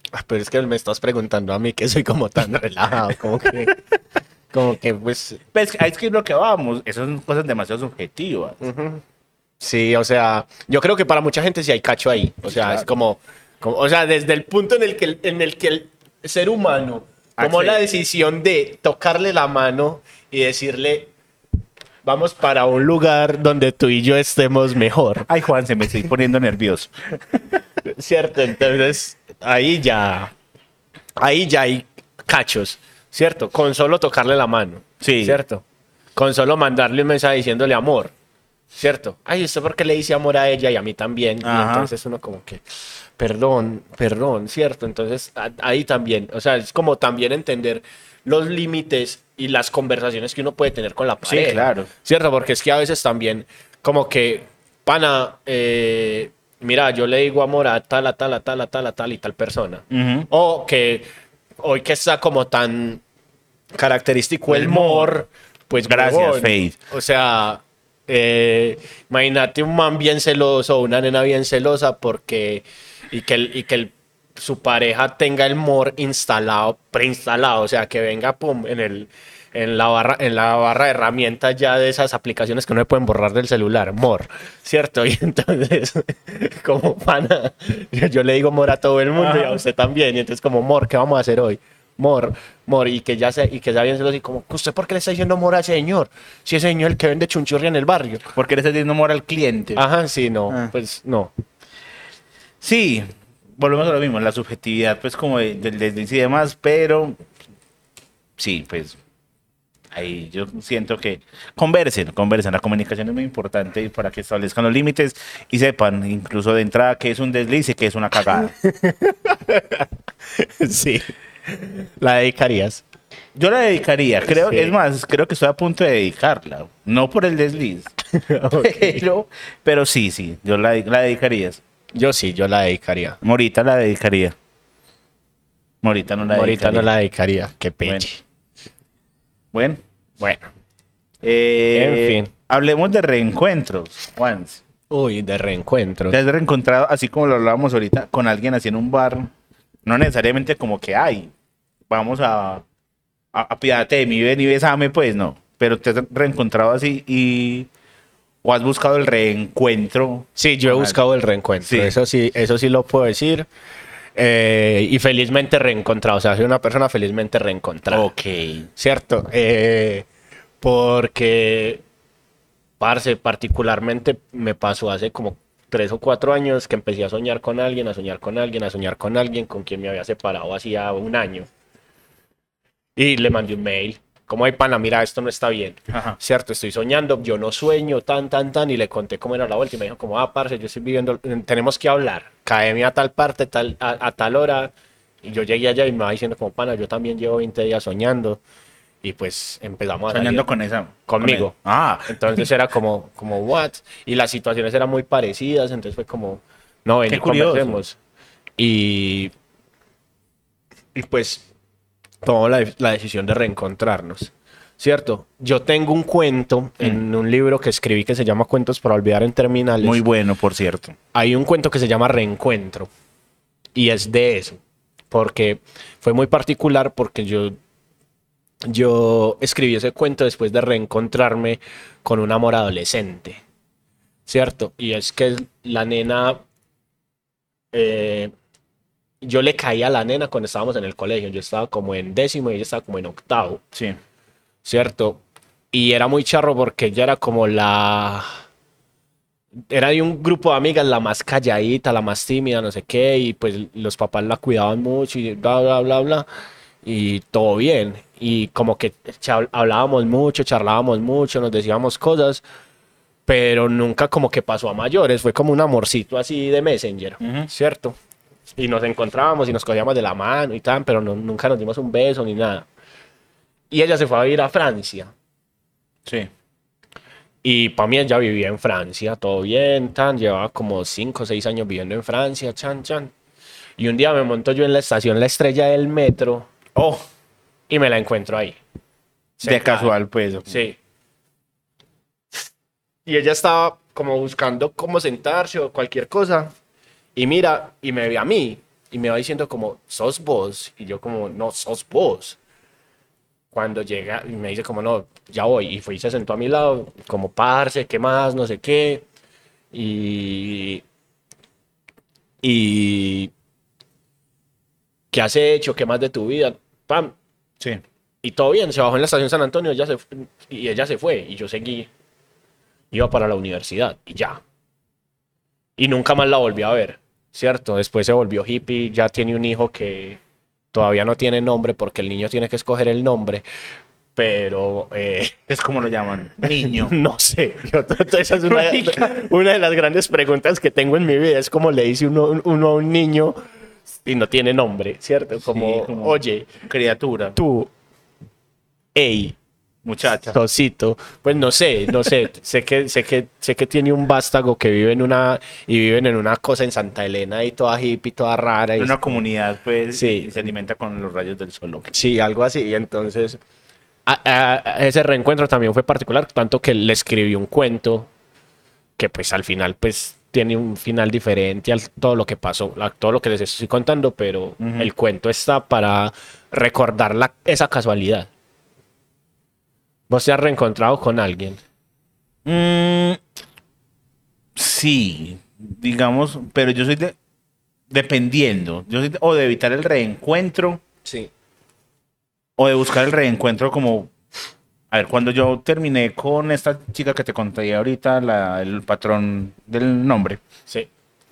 Ah, pero es que me estás preguntando a mí que soy como tan relajado, como que, como que pues, Pues es que es lo que vamos, esas son cosas demasiado subjetivas. sí, o sea, yo creo que para mucha gente sí hay cacho ahí, o sea, Claro. es como, como, o sea, desde el punto en el que el, en el que el ser humano tomó Accede. la decisión de tocarle la mano y decirle, vamos para un lugar donde tú y yo estemos mejor. Ay, Juan, se me estoy poniendo nervioso. ¿Cierto? Entonces, ahí ya, ahí ya hay cachos, ¿cierto? Con solo tocarle la mano, Sí. ¿cierto? Con solo mandarle un mensaje diciéndole amor, ¿cierto? Ay, ¿usted por qué le dice amor a ella y a mí también? Y Ajá. entonces uno como que, perdón, perdón, ¿cierto? Entonces, a- ahí también, o sea, es como también entender los límites y las conversaciones que uno puede tener con la Sí, pareja. claro. ¿Cierto? Porque es que a veces también, como que, pana, eh, mira, yo le digo amor a tal, a tal, a tal, a tal, a tal y tal persona. Ujú. O que hoy que está como tan característico el El mor, pues Gracias, huevón. Faith. O sea, eh, imagínate un man bien celoso o una nena bien celosa porque y que, el- y que el- su pareja tenga el mor instalado, preinstalado, o sea, que venga pum en el en la barra en la barra de herramientas ya de esas aplicaciones que no se pueden borrar del celular, mor, ¿cierto? Y entonces como pana, yo, yo le digo mor a todo el mundo y a Ajá. usted también, y entonces como mor, ¿qué vamos a hacer hoy? Mor, mor, y que ya se, y que ya bien celoso y como, ¿usted por qué le está diciendo mor al señor? Si ese señor el que vende chunchurri en el barrio. Porque le estás diciendo amor al cliente. Ajá, sí, no, Ah. pues no. Sí, volvemos a lo mismo, la subjetividad, pues como de- del desliz y demás, pero sí, pues ahí yo siento que conversen, conversen, la comunicación es muy importante para que establezcan los límites y sepan, incluso de entrada, qué es un desliz y qué es una cagada. Sí. La dedicarías. Yo la dedicaría, creo, Sí. es más, creo que estoy a punto de dedicarla, no por el desliz, pero, pero sí, sí, yo la, la dedicarías. Yo sí, yo la dedicaría. Morita la dedicaría. Morita no la Ahorita dedicaría. no la dedicaría. Qué Bueno. peche. Bueno, Bueno. eh, En fin. hablemos de reencuentros, Juan. Uy, de reencuentro. ¿Te has reencontrado, así como lo hablábamos ahorita, con alguien así en un bar? No necesariamente como que, ay, vamos a, a, apiádate de mí, ven y besame, pues no. Pero te has reencontrado así y... ¿O has buscado el reencuentro? Sí, yo he con buscado el reencuentro. Sí. Eso sí, eso sí lo puedo decir. Eh, y felizmente reencontrado. O sea, soy una persona felizmente reencontrada. Ok. ¿Cierto? Eh, porque, parce, particularmente me pasó hace como tres o cuatro años que empecé a soñar con alguien, a soñar con alguien, a soñar con alguien con quien me había separado hacía un año. Y le mandé un mail. Como, hay pana, mira, esto no está bien. Ajá. Cierto, estoy soñando, yo no sueño, tan, tan, tan. Y le conté cómo era la vuelta y me dijo como, ah, parce, yo estoy viviendo, tenemos que hablar. Caeme a tal parte, tal, a, a tal hora. Y yo llegué allá y me va diciendo como, pana, yo también llevo veinte días soñando. Y pues empezamos a Soñando salir con esa. conmigo. con él. Ah, Entonces era como, como, what? Y las situaciones eran muy parecidas, entonces fue como, no, ven Qué y curioso. conversemos. Y, y pues tomamos la, la decisión de reencontrarnos, ¿cierto? Yo tengo un cuento en un libro que escribí que se llama Cuentos para olvidar en terminales. muy bueno, por cierto. Hay un cuento que se llama Reencuentro y es de eso, porque fue muy particular porque yo, yo escribí ese cuento después de reencontrarme con un amor adolescente, ¿cierto? Y es que la nena, eh, yo le caí a la nena cuando estábamos en el colegio, yo estaba como en décimo y ella estaba como en octavo, Sí. ¿cierto? Y era muy charro porque ella era como la... Era de un grupo de amigas la más calladita, la más tímida, no sé qué, y pues los papás la cuidaban mucho y bla, bla, bla, bla, y todo bien. Y como que cha- hablábamos mucho, charlábamos mucho, nos decíamos cosas, pero nunca como que pasó a mayores, fue como un amorcito así de Messenger, Ujú. ¿cierto? Y nos encontrábamos y nos cogíamos de la mano y tal, pero no- nunca nos dimos un beso ni nada. Y ella se fue a vivir a Francia. Sí. Y para mí ella vivía en Francia, todo bien, tan, llevaba como cinco o seis años viviendo en Francia, chan, chan. Y un día me monto yo en la estación La Estrella del metro Oh, y me la encuentro ahí. de sentada. casual, pues. Sí. Y ella estaba como buscando cómo sentarse o cualquier cosa. Y mira, y me ve a mí. y me va diciendo como, sos vos, y yo como, no, sos vos. Cuando llega y me dice como, no, ya voy, y fue y se sentó a mi lado, como, parce, ¿qué más? No sé qué, y... y ¿qué has hecho? ¿Qué más de tu vida? Pam. Sí. Y todo bien, se bajó en la estación San Antonio ella se, y ella se fue. Y yo seguí. Iba para la universidad y ya. Y nunca más la volví a ver, ¿cierto? Después se volvió hippie, ya tiene un hijo que todavía no tiene nombre porque el niño tiene que escoger el nombre. Pero... Eh, Es como lo llaman, niño. no sé. Yo- esa es una, una de las grandes preguntas que tengo en mi vida. Es como le dice uno, uno a un niño y no tiene nombre, ¿cierto? Como, Sí, como oye, criatura, tú, ey, muchacha. Tosito, pues no sé, no sé, sé que, sé que, sé que tiene un vástago que vive en una, y viven en una cosa en Santa Elena y toda hippie, toda rara. Y En una es- comunidad, pues, Sí. y se alimenta con los rayos del sol. ¿Ok? Sí, algo así, y entonces, a- a- a ese reencuentro también fue particular, tanto que le escribí un cuento, que pues al final, pues, tiene un final diferente a todo lo que pasó, a todo lo que les estoy contando, pero Ujú. el cuento está para recordar la, esa casualidad. ¿Vos te has reencontrado con alguien? Mm, sí, digamos, pero yo soy de... Dependiendo. Yo soy de- o de evitar el reencuentro Sí. o de buscar el reencuentro como... A ver, cuando yo terminé con esta chica que te conté ahorita, la- el patrón del nombre, Sí.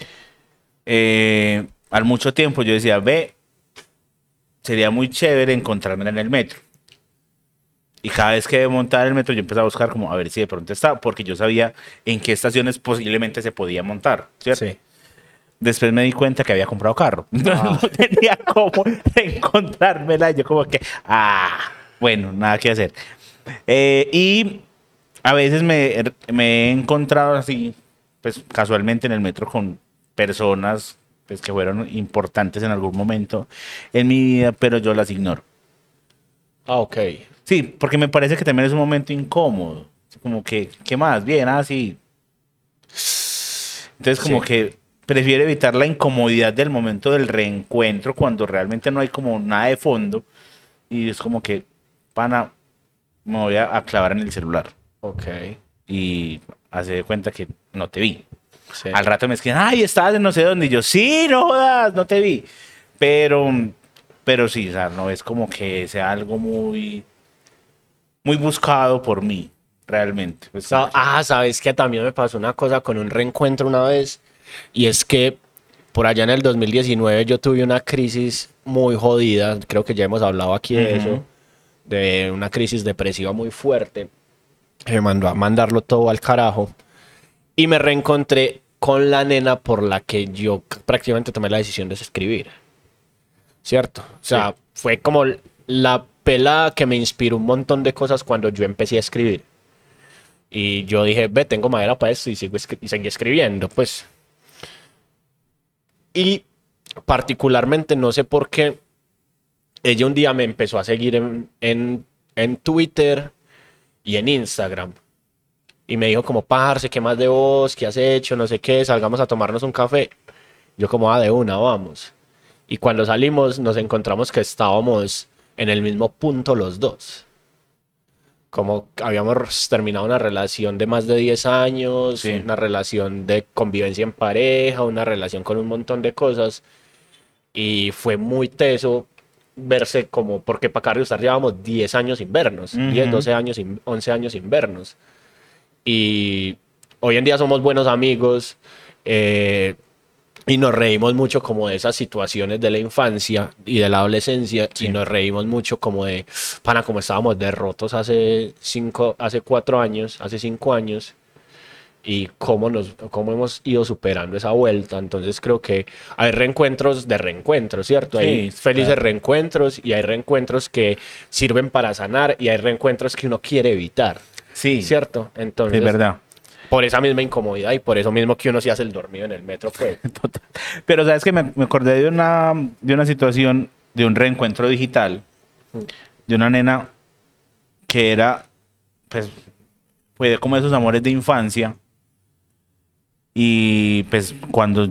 eh, al mucho tiempo yo decía, ve, sería muy chévere encontrarme en el metro. Y cada vez que montaba el metro yo empezaba a buscar como a ver si de pronto estaba, porque yo sabía en qué estaciones posiblemente se podía montar, ¿cierto? Sí. Después me di cuenta que había comprado carro. Ah. No tenía cómo encontrármela. Y yo como que, ah, bueno, nada que hacer. Eh, y a veces me, me he encontrado así, pues casualmente en el metro con personas pues, que fueron importantes en algún momento en mi vida, pero yo las ignoro. Ah, ok. Sí, porque me parece que también es un momento incómodo. Como que, ¿qué más? Bien, así. Entonces, como Sí. que prefiero evitar la incomodidad del momento del reencuentro cuando realmente no hay como nada de fondo. Y es como que, pana, me voy a, a clavar en el celular. Ok. Y hace de cuenta que no te vi. Sí. Al rato me escriben, ay, estabas en no sé dónde. Y yo, sí, no jodas, no te vi. Pero, pero sí, o sea, no es como que sea algo muy, muy buscado por mí, realmente. Pues, Sa- ah, sabes que también me pasó una cosa con un reencuentro una vez. Y es que por allá en el dos mil diecinueve yo tuve una crisis muy jodida. Creo que ya hemos hablado aquí de Ujú. eso. De una crisis depresiva muy fuerte. Que me mandó a mandarlo todo al carajo. Y me reencontré con la nena por la que yo prácticamente tomé la decisión de escribir. ¿Cierto? O sea, fue como la pelada que me inspiró un montón de cosas cuando yo empecé a escribir. Y yo dije, ve, tengo madera para esto y, sigo escri- y seguí escribiendo, pues. Y particularmente, no sé por qué, ella un día me empezó a seguir en, en, en Twitter y en Instagram. Y me dijo como, parce, ¿qué más de vos? ¿Qué has hecho? No sé qué, salgamos a tomarnos un café. Yo como, ah, de una, vamos. Y cuando salimos nos encontramos que estábamos en el mismo punto los dos. Como habíamos terminado una relación de más de diez años, Sí. una relación de convivencia en pareja, una relación con un montón de cosas. Y fue muy teso verse como, porque para Carlos estar llevábamos diez años sin vernos, Ujú. diez, doce años, sin- once años sin vernos. Y hoy en día somos buenos amigos. eh, y nos reímos mucho como de esas situaciones de la infancia y de la adolescencia. Sí. Y nos reímos mucho como de, pana, como estábamos derrotos hace cinco, hace cuatro años, hace cinco años. Y cómo, nos, cómo hemos ido superando esa vuelta. Entonces creo que hay reencuentros de reencuentros, ¿cierto? Hay Sí, felices claro. reencuentros y hay reencuentros que sirven para sanar y hay reencuentros que uno quiere evitar, Sí, ¿cierto? Entonces, es verdad. por esa misma incomodidad y por eso mismo que uno se hace el dormido en el metro, pues. Total. Pero sabes que me, me acordé de una, de una situación, de un reencuentro digital, de una nena que era, pues, fue como esos amores de infancia. Y pues cuando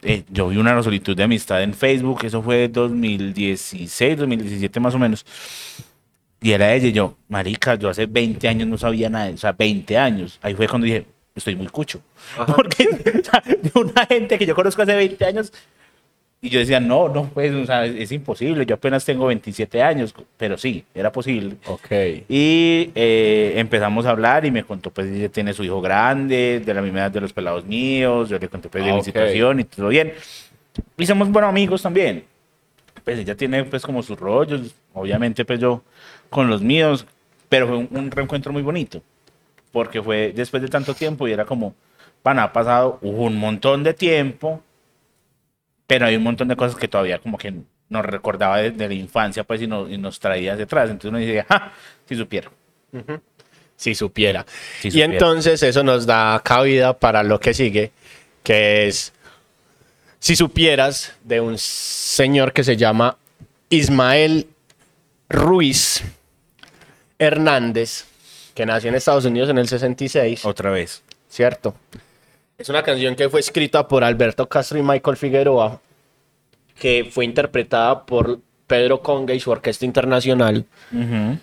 eh, yo vi una solicitud de amistad en Facebook, eso fue dos mil dieciséis, dos mil diecisiete más o menos. Y era ella y yo, marica, yo hace veinte años no sabía nada, de- o sea, veinte años. Ahí fue cuando dije, estoy muy cucho. Porque o sea, de una gente que yo conozco hace veinte años, y yo decía, no, no, pues, o sea, es, es imposible, yo apenas tengo veintisiete años, pero sí, era posible. Ok. Y eh, empezamos a hablar y me contó, pues, ella tiene su hijo grande, de la misma edad de los pelados míos, yo le conté, pues, de Ah, mi ok. situación y todo bien. Y somos buenos amigos también. Pues ella tiene, pues, como sus rollos, obviamente, pues, yo con los míos, pero fue un, un reencuentro muy bonito, porque fue después de tanto tiempo y era como, pana, ha pasado un montón de tiempo, pero hay un montón de cosas que todavía como que nos recordaba de, de la infancia, pues, y, no- y nos traía hacia atrás. Entonces uno dice, ¡ja! Si supiera. Si supiera. Si Y supiera. entonces eso nos da cabida para lo que sigue, que es, si supieras de un señor que se llama Ismael Ruiz Hernández, que nació en Estados Unidos en el sesenta y seis, Otra vez. ¿cierto? Es una canción que fue escrita por Alberto Castro y Michael Figueroa, que fue interpretada por Pedro Conga y su Orquesta Internacional, Ujú.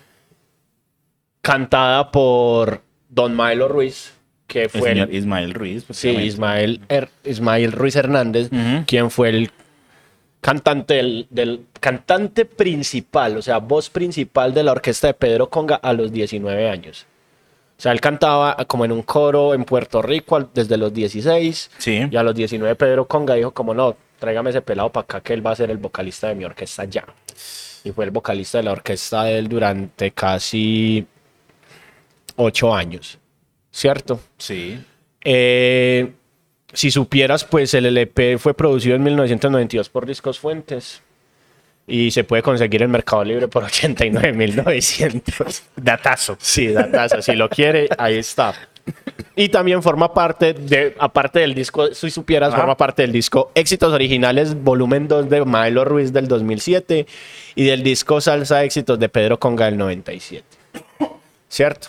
cantada por Don Maelo Ruiz, que El fue el, señor Ismael Ruiz. sí, precisamente. Ismael, Her- Ismael Ruiz Hernández, Ujú. quien fue el cantante del, del cantante principal, o sea, voz principal de la orquesta de Pedro Conga a los diecinueve años. O sea, él cantaba como en un coro en Puerto Rico al- desde los dieciséis, Sí. y a los diecinueve Pedro Conga dijo como no, tráigame ese pelado para acá que él va a ser el vocalista de mi orquesta ya. Y fue el vocalista de la orquesta de él durante casi ocho años, ¿cierto? Sí. Eh, si supieras, pues el L P fue producido en mil novecientos noventa y dos por Discos Fuentes y se puede conseguir en Mercado Libre por ochenta y nueve mil novecientos. Datazo. Sí, datazo, si lo quiere, ahí está. Y también forma parte de, aparte del disco, si supieras, Ajá. forma parte del disco Éxitos Originales, volumen dos de Maelo Ruiz del dos mil siete y del disco Salsa Éxitos de Pedro Conga del noventa y siete. ¿Cierto?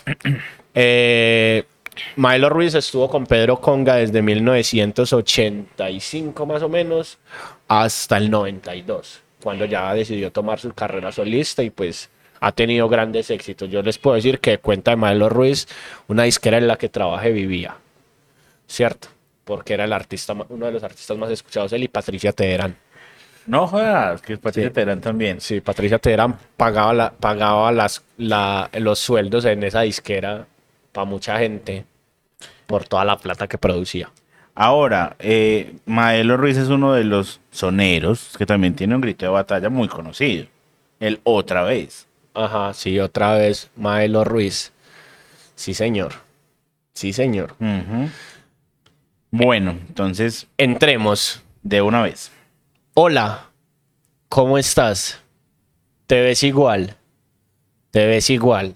Eh, Maelo Ruiz estuvo con Pedro Conga desde mil novecientos ochenta y cinco más o menos hasta el noventa y dos, cuando ya decidió tomar su carrera solista y pues ha tenido grandes éxitos. Yo les puedo decir que cuenta de Maelo Ruiz, una disquera en la que trabajé vivía, ¿cierto? Porque era el artista, ma- uno de los artistas más escuchados, él y Patricia Teherán. No jodas, que Patricia Sí. Terán también. Sí, Patricia Teherán pagaba, la, pagaba las, la, los sueldos en esa disquera para mucha gente por toda la plata que producía. Ahora, eh, Maelo Ruiz es uno de los soneros que también tiene un grito de batalla muy conocido. El Otra Vez. Ajá, sí, otra vez Maelo Ruiz. Sí, señor. Sí, señor. Ujú. Bueno, entonces, Entremos. de una vez. Hola, ¿cómo estás? ¿Te ves igual? ¿Te ves igual?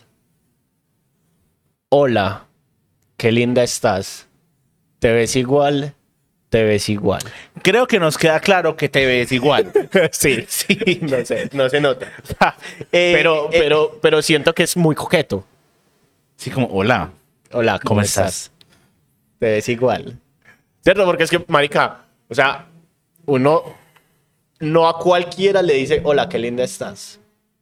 Hola, qué linda estás. ¿Te ves igual? ¿Te ves igual? Creo que nos queda claro que te ves igual. Sí, sí, no sé, no se nota. Eh, Pero, eh, pero, pero siento que es muy coqueto. sí, como, hola. Hola, ¿cómo, ¿Cómo estás? estás? Te ves igual. ¿Cierto? Porque es que, marica, o sea, uno no a cualquiera le dice, hola, qué linda estás.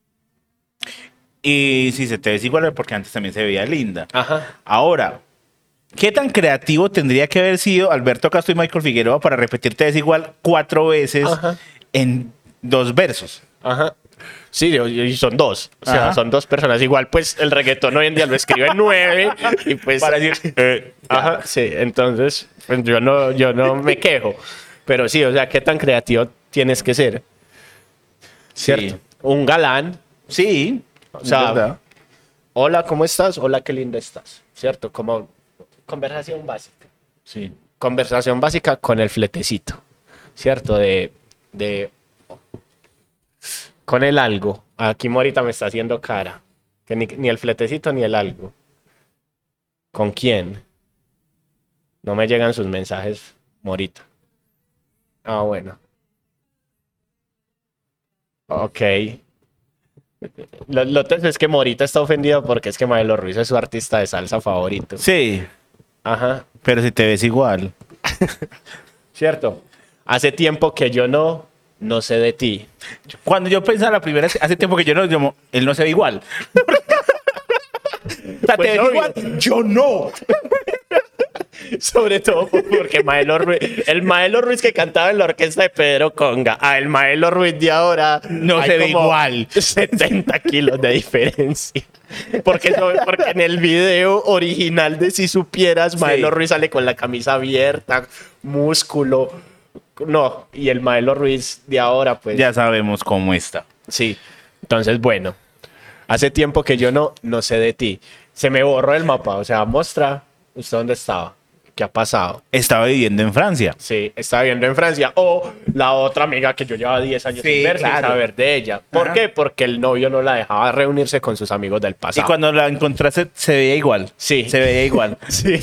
Y si se te ves igual, porque antes también se veía linda. Ajá. Ahora, ¿qué tan creativo tendría que haber sido Alberto Castro y Michael Figueroa para repetir te ves igual cuatro veces Ajá. en dos versos? Ajá. Sí, y y son dos. O sea, Ajá. son dos personas. Igual, pues, el reggaetón hoy en día lo escribe en nueve. Y pues. Para decir, eh, ajá, sí. Entonces, pues, yo no, yo no me quejo. Pero sí, o sea, ¿qué tan creativo tienes que ser? ¿Cierto? Sí. Un galán. Sí, O sea, es verdad. hola, ¿cómo estás? Hola, qué linda estás. ¿Cierto? Como conversación básica. Sí. Conversación básica con el fletecito. ¿Cierto? De. de con el algo. Aquí Morita me está haciendo cara. Que ni, ni el fletecito ni el algo. ¿Con quién? No me llegan sus mensajes, Morita. Ah, bueno. Ok. Lo, lo teso es que Morita está ofendido porque es que Maelo Ruiz es su artista de salsa favorito. Sí, Ajá. pero si te ves igual. ¿Cierto? Hace tiempo que yo no, no sé de ti. Cuando yo pensaba la primera vez, hace tiempo que yo no, yo, él no se ve igual. O sea, Pues ¿te ves obvio. igual? Yo no. Sobre todo porque Maelo Ruiz, el Maelo Ruiz que cantaba en la orquesta de Pedro Conga, a el Maelo Ruiz de ahora No hay se ve como igual. setenta kilos de diferencia. Porque, no- porque en el video original de Si Supieras, Sí. Maelo Ruiz sale con la camisa abierta, músculo. No, y el Maelo Ruiz de ahora, pues. Ya sabemos cómo está. Sí. Entonces, bueno, hace tiempo que yo no, no sé de ti. Se me borró el mapa, o sea, muestra usted dónde estaba, qué ha pasado. Estaba viviendo en Francia. Sí, estaba viviendo en Francia. O la otra amiga que yo llevaba diez años Sí, sin ver, claro. sin saber de ella. ¿Por Ajá. qué? Porque el novio no la dejaba reunirse con sus amigos del Y pasado. cuando la encontraste, se veía igual. Sí. Se veía igual. Sí.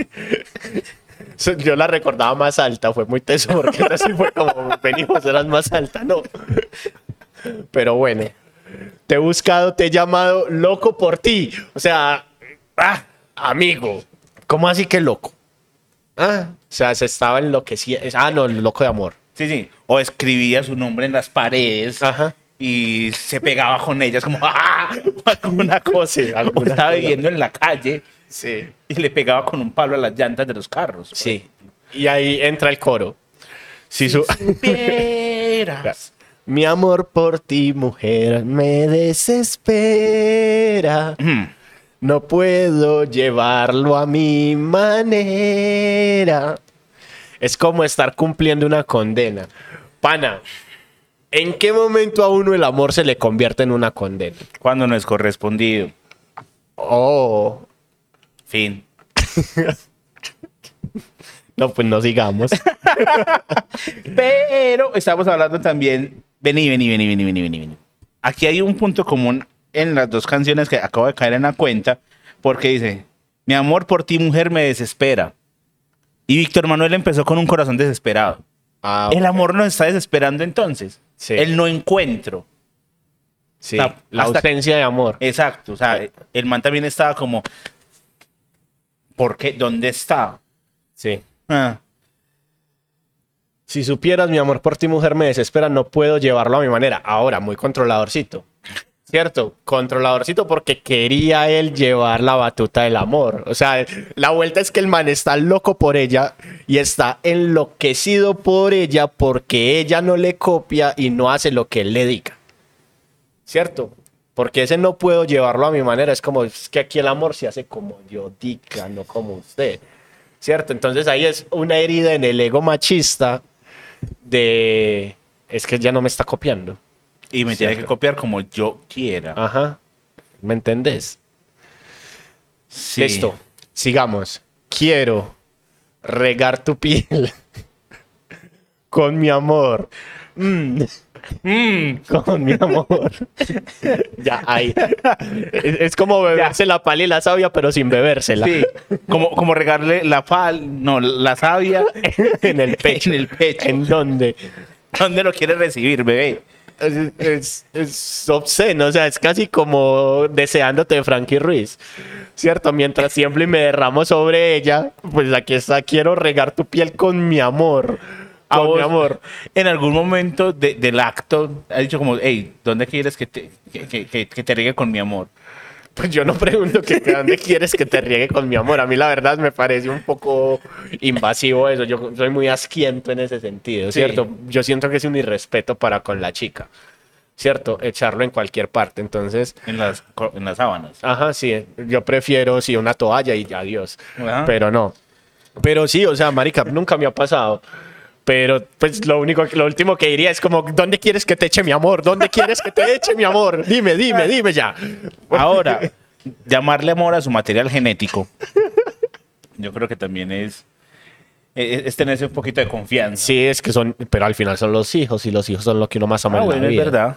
Yo la recordaba más alta, fue muy teso porque esta sí fue como, venimos, eras más alta, no. Pero bueno, te he buscado, te he llamado loco por ti. O sea, ah, amigo, ¿cómo así que loco? Ah, o sea, se estaba enloqueciendo. Ah, no, el loco de amor. Sí, sí. O escribía su nombre en las paredes. Ajá. Y se pegaba con ellas como ¡ah! Alguna cosa. Sí, alguna O estaba cosa. viviendo en la calle Sí. y le pegaba con un palo a las llantas de los carros. Sí. Y ahí entra el coro. Si su... Supieras. Mi amor por ti, mujer, me desespera. Mm. No puedo llevarlo a mi manera. Es como estar cumpliendo una condena. Pana, ¿en qué momento a uno el amor se le convierte en una condena? Cuando no es correspondido. Oh, Fin. no, pues no sigamos. Pero estamos hablando también. Vení, vení, vení, vení, vení, vení, vení. Aquí hay un punto común en las dos canciones que acabo de caer en la cuenta. Porque dice: mi amor por ti, mujer, me desespera. Y Víctor Manuel empezó con un corazón desesperado. Ah, El amor nos está desesperando entonces. Sí. El no encuentro. sí, o sea, la hasta- ausencia de amor. Exacto. O sea, el man también estaba como. ¿Por qué? ¿Dónde está? Sí. Ah, Si supieras, mi amor por ti, mujer, me desespera, no puedo llevarlo a mi manera. Ahora, muy controladorcito. ¿Cierto? Controladorcito porque quería él llevar la batuta del amor. O sea, la vuelta es que el man está loco por ella y está enloquecido por ella porque ella no le copia y no hace lo que él le diga. ¿Cierto? Porque ese no puedo llevarlo a mi manera. Es como, es que aquí el amor se hace como yo diga, no como usted. ¿Cierto? Entonces ahí es una herida en el ego machista de... Es que ya no me está copiando. y me tiene Cierto. que copiar como yo quiera. Ajá. ¿Me entendés? Sí. Listo. Sigamos. Quiero regar tu piel con mi amor. Mm, Mm, con mi amor. Ya, ahí. Es, es como beberse la pala y la savia, pero sin bebérsela. sí. Como, como regarle la pal, no, la savia En el pecho. en el pecho. ¿En dónde? ¿Dónde lo quieres recibir, bebé? Es, es, es obsceno, o sea, es casi como deseándote de Frankie Ruiz, ¿cierto? Mientras tiemblo y me derramo sobre ella, pues aquí está, quiero regar tu piel con mi amor, A con vos, mi amor. En algún momento de- del acto, ha dicho como, hey, ¿dónde quieres que te, que, que- que- que te riegue con mi amor? Pues yo no pregunto que que dónde quieres que te riegue con mi amor, a mí la verdad me parece un poco invasivo eso, yo soy muy asquiento en ese sentido, Sí. ¿cierto? Yo siento que es un irrespeto para con la chica, ¿cierto? Echarlo en cualquier parte, entonces... En las, co- en las sábanas. Ajá, sí. Yo prefiero, sí, una toalla y adiós. Ajá. Pero no. Pero sí, o sea, marica, nunca me ha pasado. Pero, pues, lo único, lo último que diría es como, ¿dónde quieres que te eche mi amor? ¿Dónde quieres que te eche mi amor? Dime, dime, dime ya. Ahora, llamarle amor a su material genético, yo creo que también es, es, es tenerse un poquito de confianza. Sí, es que son, pero al final son los hijos y los hijos son lo que uno más ama Ah, en la bueno, es vida. verdad.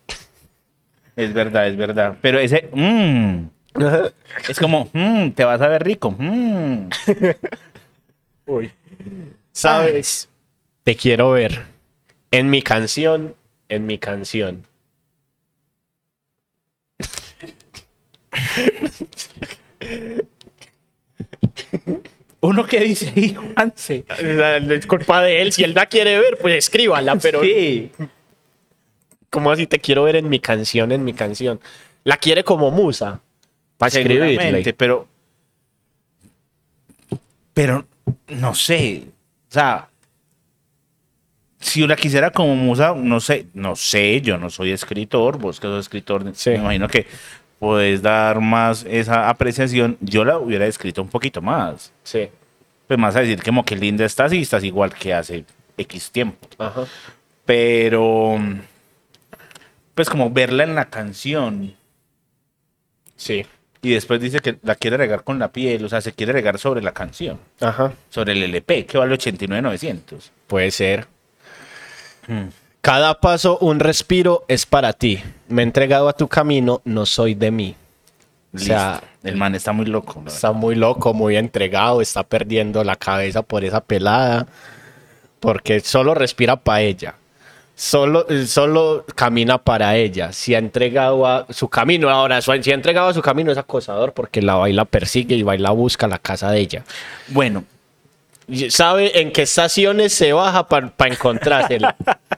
Es verdad, es verdad. Pero ese, mmm, es como, mmm, te vas a ver rico. Mm. Uy. ¿Sabes? Te quiero ver en mi canción, en mi canción. ¿Uno qué dice ahí, Juanse? Es culpa de él. Si él la quiere ver, pues escríbala, pero... Sí. ¿Cómo así te quiero ver en mi canción, en mi canción? La quiere como musa. Para escribirle. Seguramente, pero... Pero, no sé. O sea... Si la quisiera como musa, no sé. No sé, yo no soy escritor. Vos que sos escritor, Sí. me imagino que puedes dar más esa apreciación. Yo la hubiera escrito un poquito más. Sí. Pues más a decir como que linda estás y estás igual que hace X tiempo. Ajá. Pero, pues como verla en la canción Sí. y después dice que la quiere regar con la piel, o sea, se quiere regar sobre la canción, Ajá. sobre el L P, que vale ochenta y nueve mil novecientos. Puede ser. Cada paso, un respiro es para ti. Me he entregado a tu camino, no soy de mí. O sea, Listo. El man está muy loco. ¿No? está muy loco, muy entregado, está perdiendo la cabeza por esa pelada, porque solo respira para ella. Solo, solo camina para ella. Si ha entregado a su camino, ahora, si ha entregado a su camino es acosador porque la va y la persigue y va y la busca a la casa de ella. Bueno, Y sabe en qué estaciones se baja para encontrársela.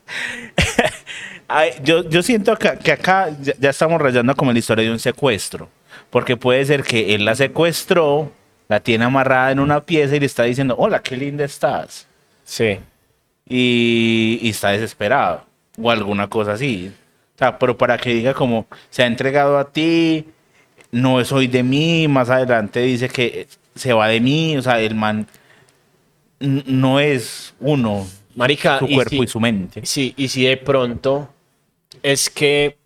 ay, yo, yo siento que, que acá ya, ya estamos rayando como la historia de un secuestro. Porque puede ser que él la secuestró, la tiene amarrada en una pieza y le está diciendo, hola, qué linda estás. Sí. Y, y está desesperado. O alguna cosa así. O sea, pero para que diga como, se ha entregado a ti, no soy de mí, más adelante dice que se va de mí, o sea, el man n- no es uno, Marica, su y cuerpo si- y su mente. Sí, y si de pronto es que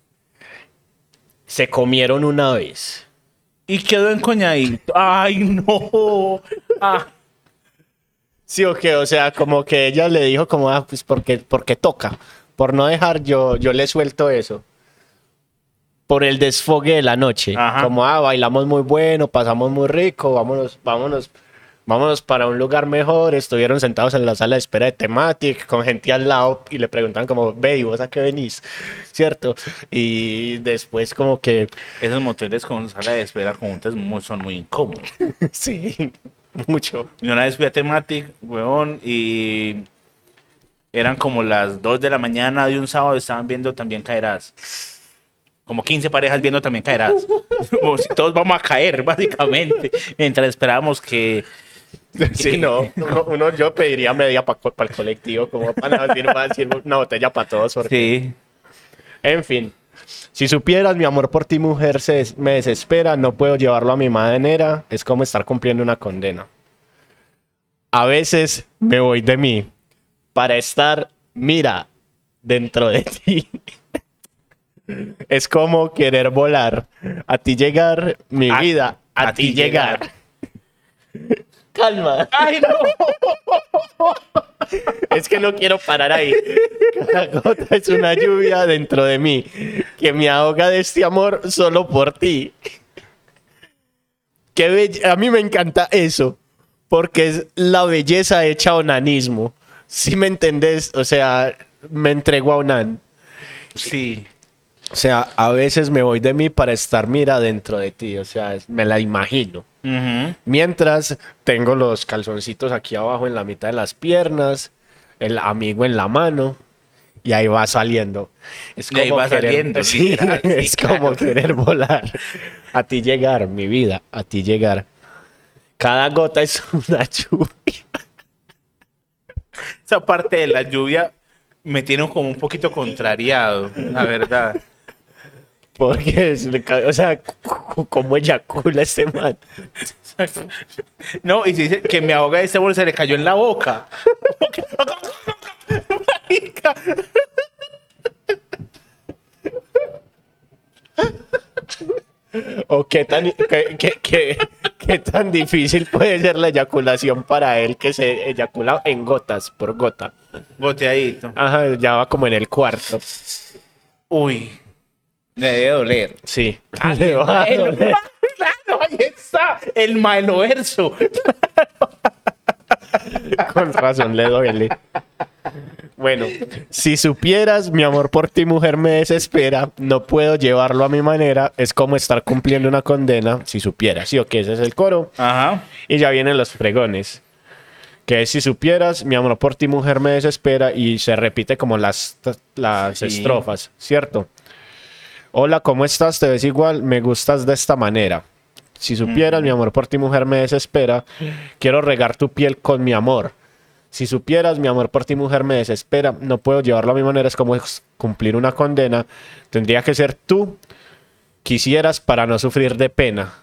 se comieron una vez. Y quedó encoñadito. ¡Ay, no! Ah, Sí, o qué, o sea, como que ella le dijo como, ah, pues porque, porque toca. Por no dejar, yo, yo le suelto eso. Por el desfogue de la noche. Ajá. Como, ah, bailamos muy bueno, pasamos muy rico, vámonos, vámonos, vámonos para un lugar mejor. Estuvieron sentados en la sala de espera de Thematic con gente al lado y le preguntan como, ve, ¿y vos a qué venís? ¿Cierto? Y después como que, esos moteles con sala de espera juntas muy- son muy incómodos. sí, mucho. Y una vez fui a Thematic, weón, y eran como las dos de la mañana de un sábado, estaban viendo También Caerás. Como quince parejas viendo También Caerás. Como si todos vamos a caer, básicamente. Mientras esperábamos que... Sí, no, uno, uno- yo pediría media para el colectivo, como para decir, va a decir una botella para todos. Porque... Sí. En fin, si supieras, mi amor por ti, mujer, se des- me desespera, no puedo llevarlo a mi manera, es como estar cumpliendo una condena. A veces me voy de mí para estar, mira, dentro de ti. Es como querer volar, a ti llegar, mi A- vida, a, a ti ti llegar. Calma. ¡Ay, no! Es que no quiero parar ahí. Cada gota es una lluvia dentro de mí que me ahoga de este amor solo por ti. Qué belle- A mí me encanta eso, porque es la belleza hecha onanismo. ¿Sí me entendés? O sea, me entrego a onan. Sí. O sea, a veces me voy de mí para estar, mira, dentro de ti. O sea, es- me la imagino. Ujú. Mientras tengo los calzoncitos aquí abajo en la mitad de las piernas, el amigo en la mano, y ahí va saliendo. Es Y ahí va saliendo, sí, literal, sí, es como claro. querer volar. A ti llegar, mi vida, a ti llegar. Cada gota es una lluvia. Esa parte de la lluvia me tiene como un poquito contrariado, la verdad. Porque, es, o sea, como eyacula este man. No, y si dice que me ahoga este bol, se le cayó en la boca. Marica. O qué tan, qué, qué- qué- qué tan difícil puede ser la eyaculación para él que se eyacula en gotas, por gota. Boteadito. Ajá, ya va como en el cuarto. Uy. Le debe doler. Sí. Le va a El- doler. Claro, ahí está. El maeloverso. Con razón le duele. Bueno, si supieras, mi amor por ti, mujer, me desespera. No puedo llevarlo a mi manera. Es como estar cumpliendo una condena. Si supieras, sí o qué, ese es el coro. Ajá. Y ya vienen los fregones. Que es, si supieras, mi amor por ti, mujer, me desespera. Y se repite como las, las Sí. estrofas, ¿cierto? Hola, ¿cómo estás? ¿Te ves igual? Me gustas de esta manera. Si supieras, mi amor por ti, mujer, me desespera. Quiero regar tu piel con mi amor. Si supieras, mi amor por ti, mujer, me desespera. No puedo llevarlo a mi manera, es como ex- cumplir una condena. Tendría que ser tú, quisieras para no sufrir de pena.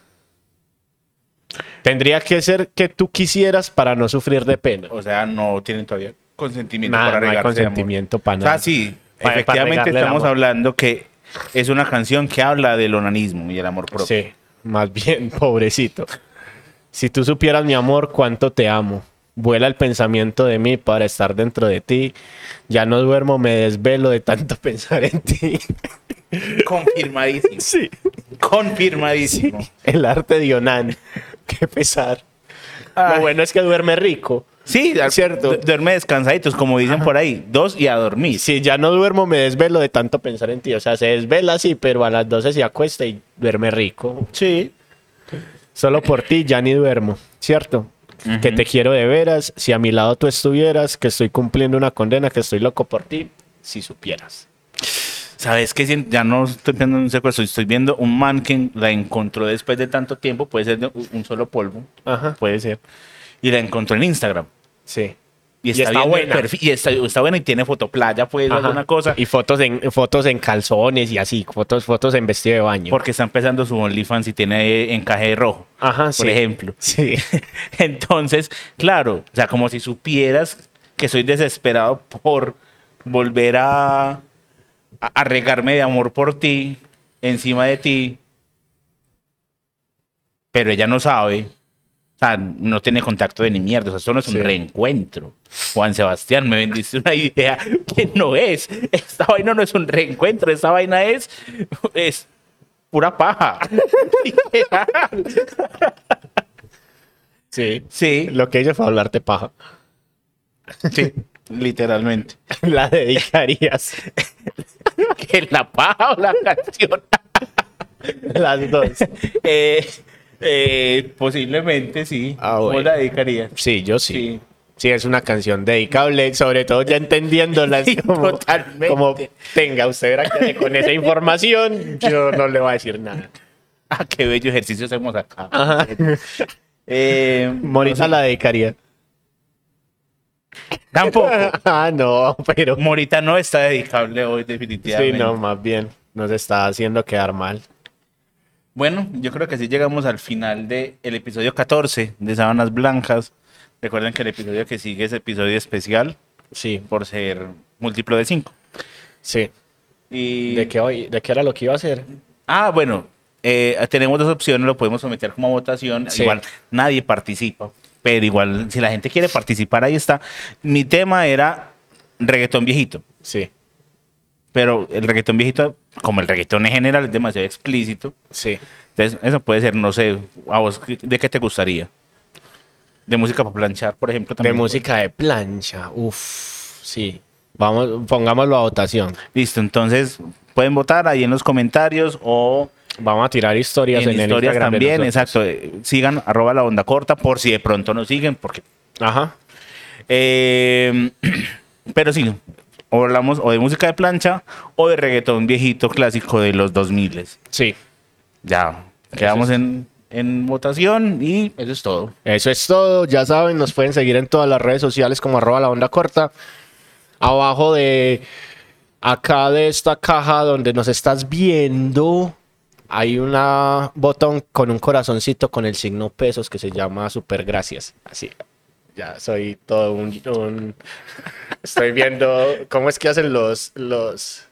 Tendría que ser que tú quisieras para no sufrir de pena. O sea, no tienen todavía consentimiento Nada, para no hay regarse de amor. consentimiento para O nada. sea, sí, Pa- para efectivamente regarle el estamos amor. hablando que es una canción que habla del onanismo y el amor propio. Sí, más bien, pobrecito. Si tú supieras, mi amor, cuánto te amo. Vuela el pensamiento de mí para estar dentro de ti. Ya no duermo, me desvelo de tanto pensar en ti. Confirmadísimo. Sí. Confirmadísimo. El arte de Onan. Qué pesar. Ay. Lo bueno es que duerme rico. Sí, al- Cierto. du- duerme descansaditos, como dicen por ahí. Dos y a dormir. Si ya no duermo, me desvelo de tanto pensar en ti. O sea, se desvela sí, pero a las doce se acuesta y duerme rico. Sí. Solo por ti ya ni duermo, ¿cierto? Que te quiero de veras, si a mi lado tú estuvieras, que estoy cumpliendo una condena, que estoy loco por ti, si supieras. ¿Sabes qué? Si- Ya no estoy viendo un secuestro, estoy viendo un man que la encontró después de tanto tiempo, puede ser de un un solo polvo, Ajá, puede ser. y la encontró en Instagram. Sí. Y Y está, está viendo el buena. perfil- y está, está buena y tiene fotoplaya, pues, o Ajá. alguna cosa. Y fotos en, fotos en calzones y así, fotos, fotos en vestido de baño. Porque está empezando su OnlyFans y tiene encaje rojo, Ajá, por sí. ejemplo. Sí. Entonces, claro, o sea, como si supieras que soy desesperado por volver a, a, a regarme de amor por ti, encima de ti, pero ella no sabe, o sea, no tiene contacto de ni mierda, o sea, esto no es un Sí. reencuentro. Juan Sebastián, me vendiste una idea que no es. Esta vaina no es un reencuentro, esta vaina es, es pura paja. Sí. Sí, Lo que ella fue hablarte paja. sí, literalmente. La dedicarías. ¿Que la paja o la canción? Las dos. Eh, eh, posiblemente sí. Ah, ¿Cómo bueno. la dedicarías? Sí, yo sí. Sí. Sí, es una canción dedicable, sobre todo ya entendiéndola. es Sí, como, totalmente. como tenga usted verá que con esa información, yo no le voy a decir nada. Ah, qué bello ejercicio hacemos acá. Ajá. Eh, Morita la dedicaría. Tampoco. Ah, no, pero. Morita no está dedicable hoy, Sí, definitivamente. no, más bien. Nos está haciendo quedar mal. Bueno, yo creo que así llegamos al final del episodio catorce de Sábanas Blancas. Recuerden que el episodio que sigue es episodio especial Sí, por ser múltiplo de cinco. sí. Y... ¿De qué, hoy, ¿De qué era lo que iba a hacer? Ah, bueno, eh, tenemos dos opciones, lo podemos someter como votación. Sí. Igual nadie participa, pero igual si la gente quiere participar, ahí está. Mi tema era reggaetón viejito, Sí, pero el reggaetón viejito, como el reggaetón en general, es demasiado explícito. sí. Entonces, eso puede ser, no sé, a vos, ¿de qué te gustaría? De música para planchar, por ejemplo. De También música de plancha. Uf, sí. Vamos, pongámoslo a votación. Listo, entonces pueden votar ahí en los comentarios o Vamos a tirar historias en en, el historias Instagram de también. nosotros. Exacto, eh, sigan arroba la onda corta por si de pronto nos siguen, porque Ajá. Eh, pero sí, o hablamos o de música de plancha o de reggaetón viejito clásico de los dos mil. Sí. Ya, quedamos en, en votación y eso es todo. Eso es todo. Ya saben, nos pueden seguir en todas las redes sociales como arroba la onda corta. Abajo de acá de esta caja donde nos estás viendo, hay un botón con un corazoncito con el signo pesos que se llama Super Gracias. Así. Ya soy todo un, un- estoy viendo cómo es que hacen los los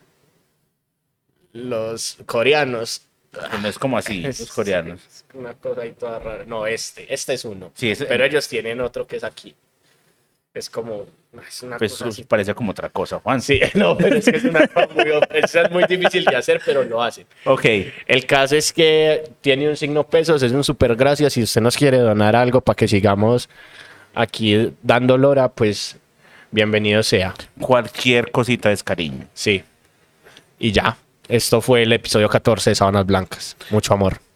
los coreanos. No es como así, los coreanos. Es una cosa ahí toda rara. No, este, este es uno. Sí, ese- Pero ellos tienen otro que es aquí. Es como, es una Pues cosa eso así. parece como otra cosa, Juan. Sí, no, pero es que es una cosa muy, eso es muy difícil de hacer, pero lo hacen. Ok, El caso es que tiene un signo pesos, es un super gracias. Si usted nos quiere donar algo para que sigamos aquí dando lora, pues bienvenido sea. Cualquier cosita es cariño. Sí. Y ya. Esto fue el episodio catorce de Sábanas Blancas. Mucho amor.